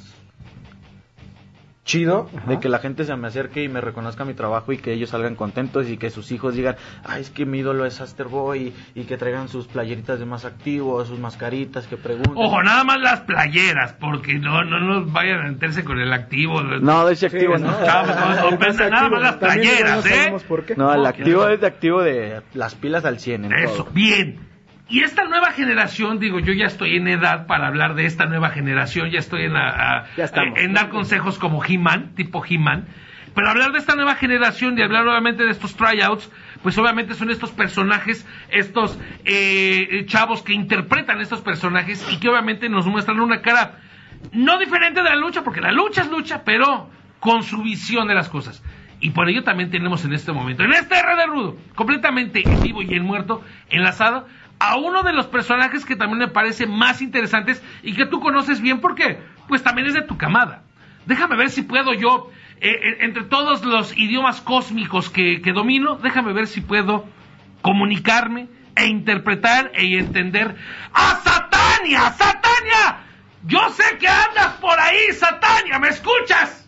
chido, ajá, de que la gente se me acerque y me reconozca mi trabajo, y que ellos salgan contentos, y que sus hijos digan, ay, es que mi ídolo es Aster Boy, y, y que traigan sus playeritas de más activo, sus mascaritas, que pregunten. Ojo, nada más las playeras, porque no no nos vayan a meterse con el activo. No, de ese activo sí, no. Chavos, no, no, no nada más las playeras, ¿eh? No, el activo es de activo de las pilas al cien. En Eso, todo. Bien. Y esta nueva generación, digo, yo ya estoy en edad para hablar de esta nueva generación, ya estoy en, a, a, ya estamos, en dar consejos como He-Man, tipo He-Man, pero hablar de esta nueva generación y hablar nuevamente de estos tryouts, pues obviamente son estos personajes, estos eh, chavos que interpretan estos personajes, y que obviamente nos muestran una cara no diferente de la lucha, porque la lucha es lucha, pero con su visión de las cosas. Y por ello también tenemos en este momento, en este R de Rudo, completamente en vivo y en muerto, enlazado, a uno de los personajes que también me parece más interesantes y que tú conoces bien, porque pues también es de tu camada. Déjame ver si puedo yo, eh, entre todos los idiomas cósmicos que, que domino, déjame ver si puedo comunicarme e interpretar e entender a Satania. ¡Satania! Yo sé que andas por ahí, Satania, ¿me escuchas?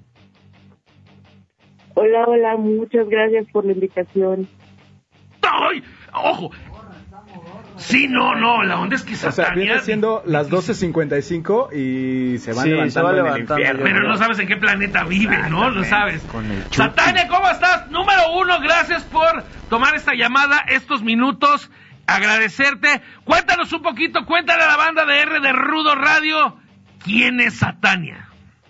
Hola, hola, muchas gracias por la invitación. ¡Ay! ¡Ojo! Sí, no, no, la onda es que Satania... O sea, viene siendo las doce cincuenta y cinco y se van Sí, levantando se va en el levantando, infierno. Pero no sabes en qué planeta vive, ¿no? No sabes. Satania, ¿cómo estás? Número uno, gracias por tomar esta llamada, estos minutos, agradecerte. Cuéntanos un poquito, cuéntale a la banda de R de Rudo Radio, ¿quién es Satania?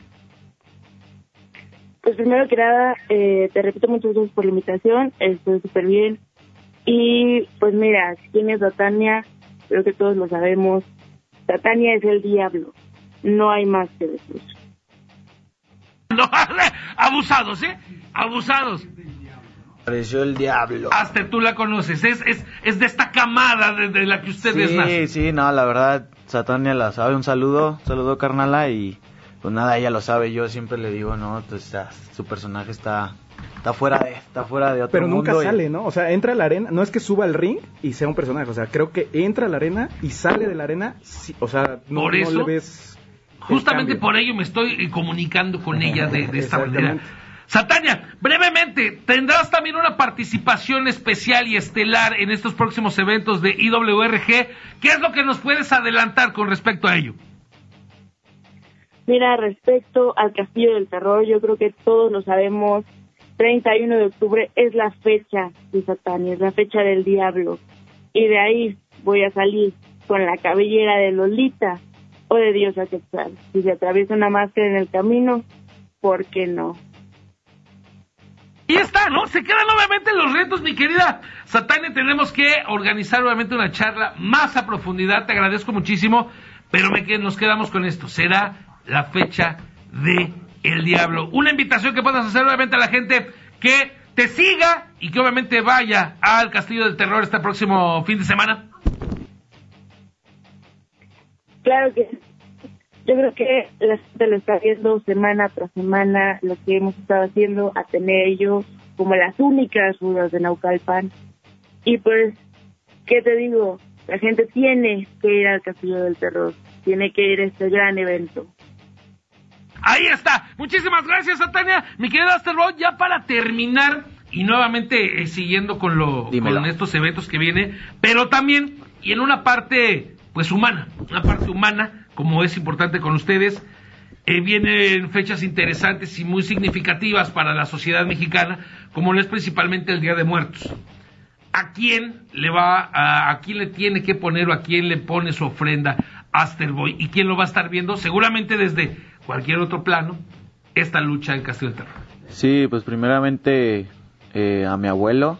Pues primero que nada, eh, te repito muchas gracias por la invitación, estoy súper bien. Y pues mira, ¿quién es Satania? Creo que todos lo sabemos. Satania es el diablo, no hay más que decir. No, abusados, ¿eh? Abusados. Apareció el diablo. Hasta tú la conoces, es es, es de esta camada de, de la que ustedes Sí, nacen. sí, no, la verdad, Satania la sabe. Un saludo, saludo carnala y pues nada, ella lo sabe. Yo siempre le digo, no, pues ya, su personaje está... Está fuera de, está fuera de otro Pero nunca mundo y... sale, ¿no? O sea, entra a la arena, no es que suba al ring y sea un personaje, o sea, creo que entra a la arena y sale de la arena, sí, o sea, no, Por eso, no le ves... justamente por ello me estoy comunicando con ella de, de esta manera. Satania, brevemente, tendrás también una participación especial y estelar en estos próximos eventos de I W R G. ¿Qué es lo que nos puedes adelantar con respecto a ello? Mira, respecto al Castillo del Terror, yo creo que todos lo sabemos. treinta y uno de octubre es la fecha de Satania, es la fecha del diablo. Y de ahí voy a salir con la cabellera de Lolita o de Diosa Quetzal. Si se atraviesa una máscara en el camino, ¿por qué no? Y está, ¿no? Se quedan obviamente los retos, mi querida Satania. Tenemos que organizar obviamente una charla más a profundidad. Te agradezco muchísimo, pero me qued- nos quedamos con esto. Será la fecha de el diablo. Una invitación que puedas hacer obviamente a la gente que te siga y que obviamente vaya al Castillo del Terror este próximo fin de semana. Claro que yo creo que la gente lo está viendo semana tras semana, lo que hemos estado haciendo, Ateneo, como las únicas rudas de Naucalpan. Y pues, ¿qué te digo? La gente tiene que ir al Castillo del Terror, tiene que ir a este gran evento. Ahí está. Muchísimas gracias, Satania. Mi querida Asterboy, ya para terminar y nuevamente eh, siguiendo con lo Dímelo. con estos eventos que viene, pero también y en una parte pues humana, una parte humana, como es importante con ustedes, eh, vienen fechas interesantes y muy significativas para la sociedad mexicana, como lo es principalmente el Día de Muertos. ¿A quién le va a, a quién le tiene que poner o a quién le pone su ofrenda Asterboy? ¿Y quién lo va a estar viendo? Seguramente desde cualquier otro plano, esta lucha en Castillo del Terror. Sí, pues primeramente eh, a mi abuelo,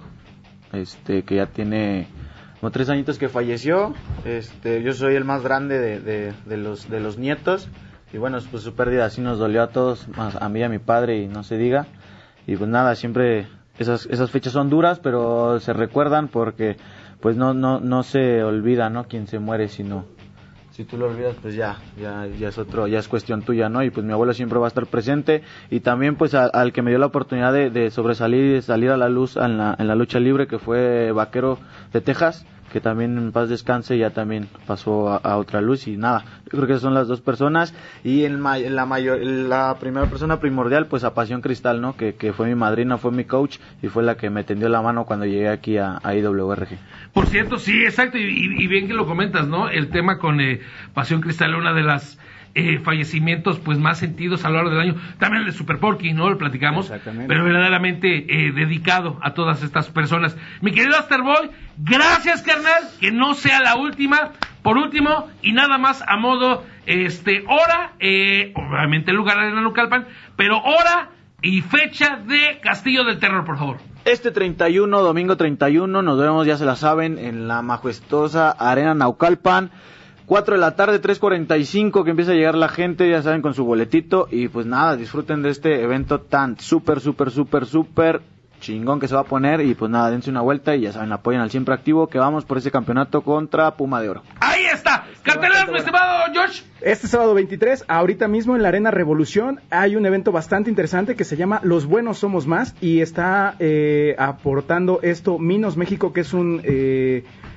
este que ya tiene como tres añitos que falleció. Este, yo soy el más grande de, de, de los de los nietos y bueno, pues su pérdida sí nos dolió a todos, más a mí y a mi padre y no se diga. Y pues nada, siempre esas esas fechas son duras, pero se recuerdan porque pues no no no se olvida, ¿no? Quien se muere, sino si tú lo olvidas, pues ya, ya, ya es otro, ya es cuestión tuya, ¿no? Y pues mi abuelo siempre va a estar presente y también pues a, al que me dio la oportunidad de, de sobresalir, salir a la luz en la, en la lucha libre, que fue Vaquero de Texas, que también en paz descanse, ya también pasó a, a otra luz y nada, yo creo que esas son las dos personas y en, ma, en la mayor, la primera persona primordial pues a Pasión Cristal, ¿no? Que, que fue mi madrina, fue mi coach y fue la que me tendió la mano cuando llegué aquí a, a I W R G. Por cierto, sí, exacto, y, y bien que lo comentas, ¿no? El tema con eh, Pasión Cristal, una de las eh, fallecimientos pues más sentidos a lo largo del año, también el de Super Porky, ¿no? Lo platicamos, pero verdaderamente eh, dedicado a todas estas personas. Mi querido Asterboy, gracias, carnal, que no sea la última. Por último, y nada más a modo, este, hora, eh, obviamente el lugar en Naucalpan, pero hora y fecha de Castillo del Terror, por favor. Este treinta y uno, domingo treinta y uno, nos vemos, ya se la saben, en la majestuosa Arena Naucalpan. cuatro de la tarde, tres cuarenta y cinco, que empieza a llegar la gente, ya saben, con su boletito. Y pues nada, disfruten de este evento tan súper, súper, súper, súper chingón que se va a poner. Y pues nada, dense una vuelta y ya saben, apoyen al Siempre Activo, que vamos por ese campeonato contra Puma de Oro. Ahí está. Carteleras, mi estimado George. Este sábado veintitrés, ahorita mismo en la Arena Revolución, hay un evento bastante interesante que se llama Los Buenos Somos Más y está eh, aportando esto Minos México, que es un... Eh,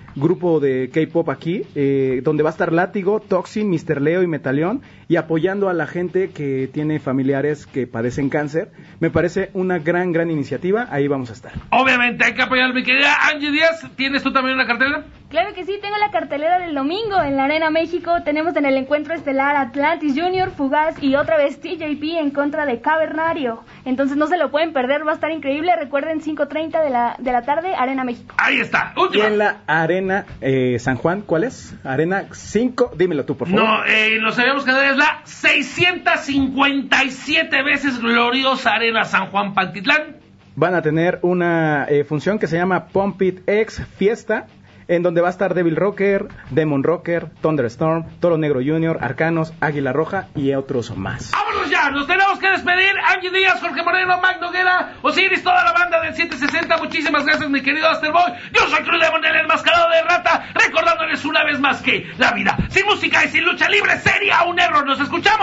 grupo de K-pop aquí, eh, donde va a estar Látigo, Toxin, mister Leo y Metaleón, y apoyando a la gente que tiene familiares que padecen cáncer. Me parece una gran, gran iniciativa. Ahí vamos a estar. Obviamente hay que apoyar, mi querida Angie Díaz. ¿Tienes tú también una cartelera? Claro que sí, tengo la cartelera del domingo en la Arena México. Tenemos en el encuentro estelar Atlantis Junior, Fugaz y otra vez T J P en contra de Cavernario. Entonces no se lo pueden perder, va a estar increíble. Recuerden, cinco treinta de la, de la tarde, Arena México. Ahí está, última. Y en la Arena eh, San Juan, ¿cuál es? Arena cinco, dímelo tú, por favor. No, eh, nos sabíamos que es la seiscientas cincuenta y siete veces gloriosa Arena San Juan Pantitlán. Van a tener una eh, función que se llama Pump It X Fiesta, en donde va a estar Devil Rocker, Demon Rocker, Thunderstorm, Toro Negro Junior, Arcanos, Águila Roja y otros más. ¡Vámonos ya! Nos tenemos que despedir. Angie Díaz, Jorge Moreno, Mag Noguera, Osiris, toda la banda del siete sesenta. Muchísimas gracias, mi querido Asterboy. Yo soy Cruz Lemon, el enmascarado de rata, recordándoles una vez más que la vida sin música y sin lucha libre sería un error. Nos escuchamos.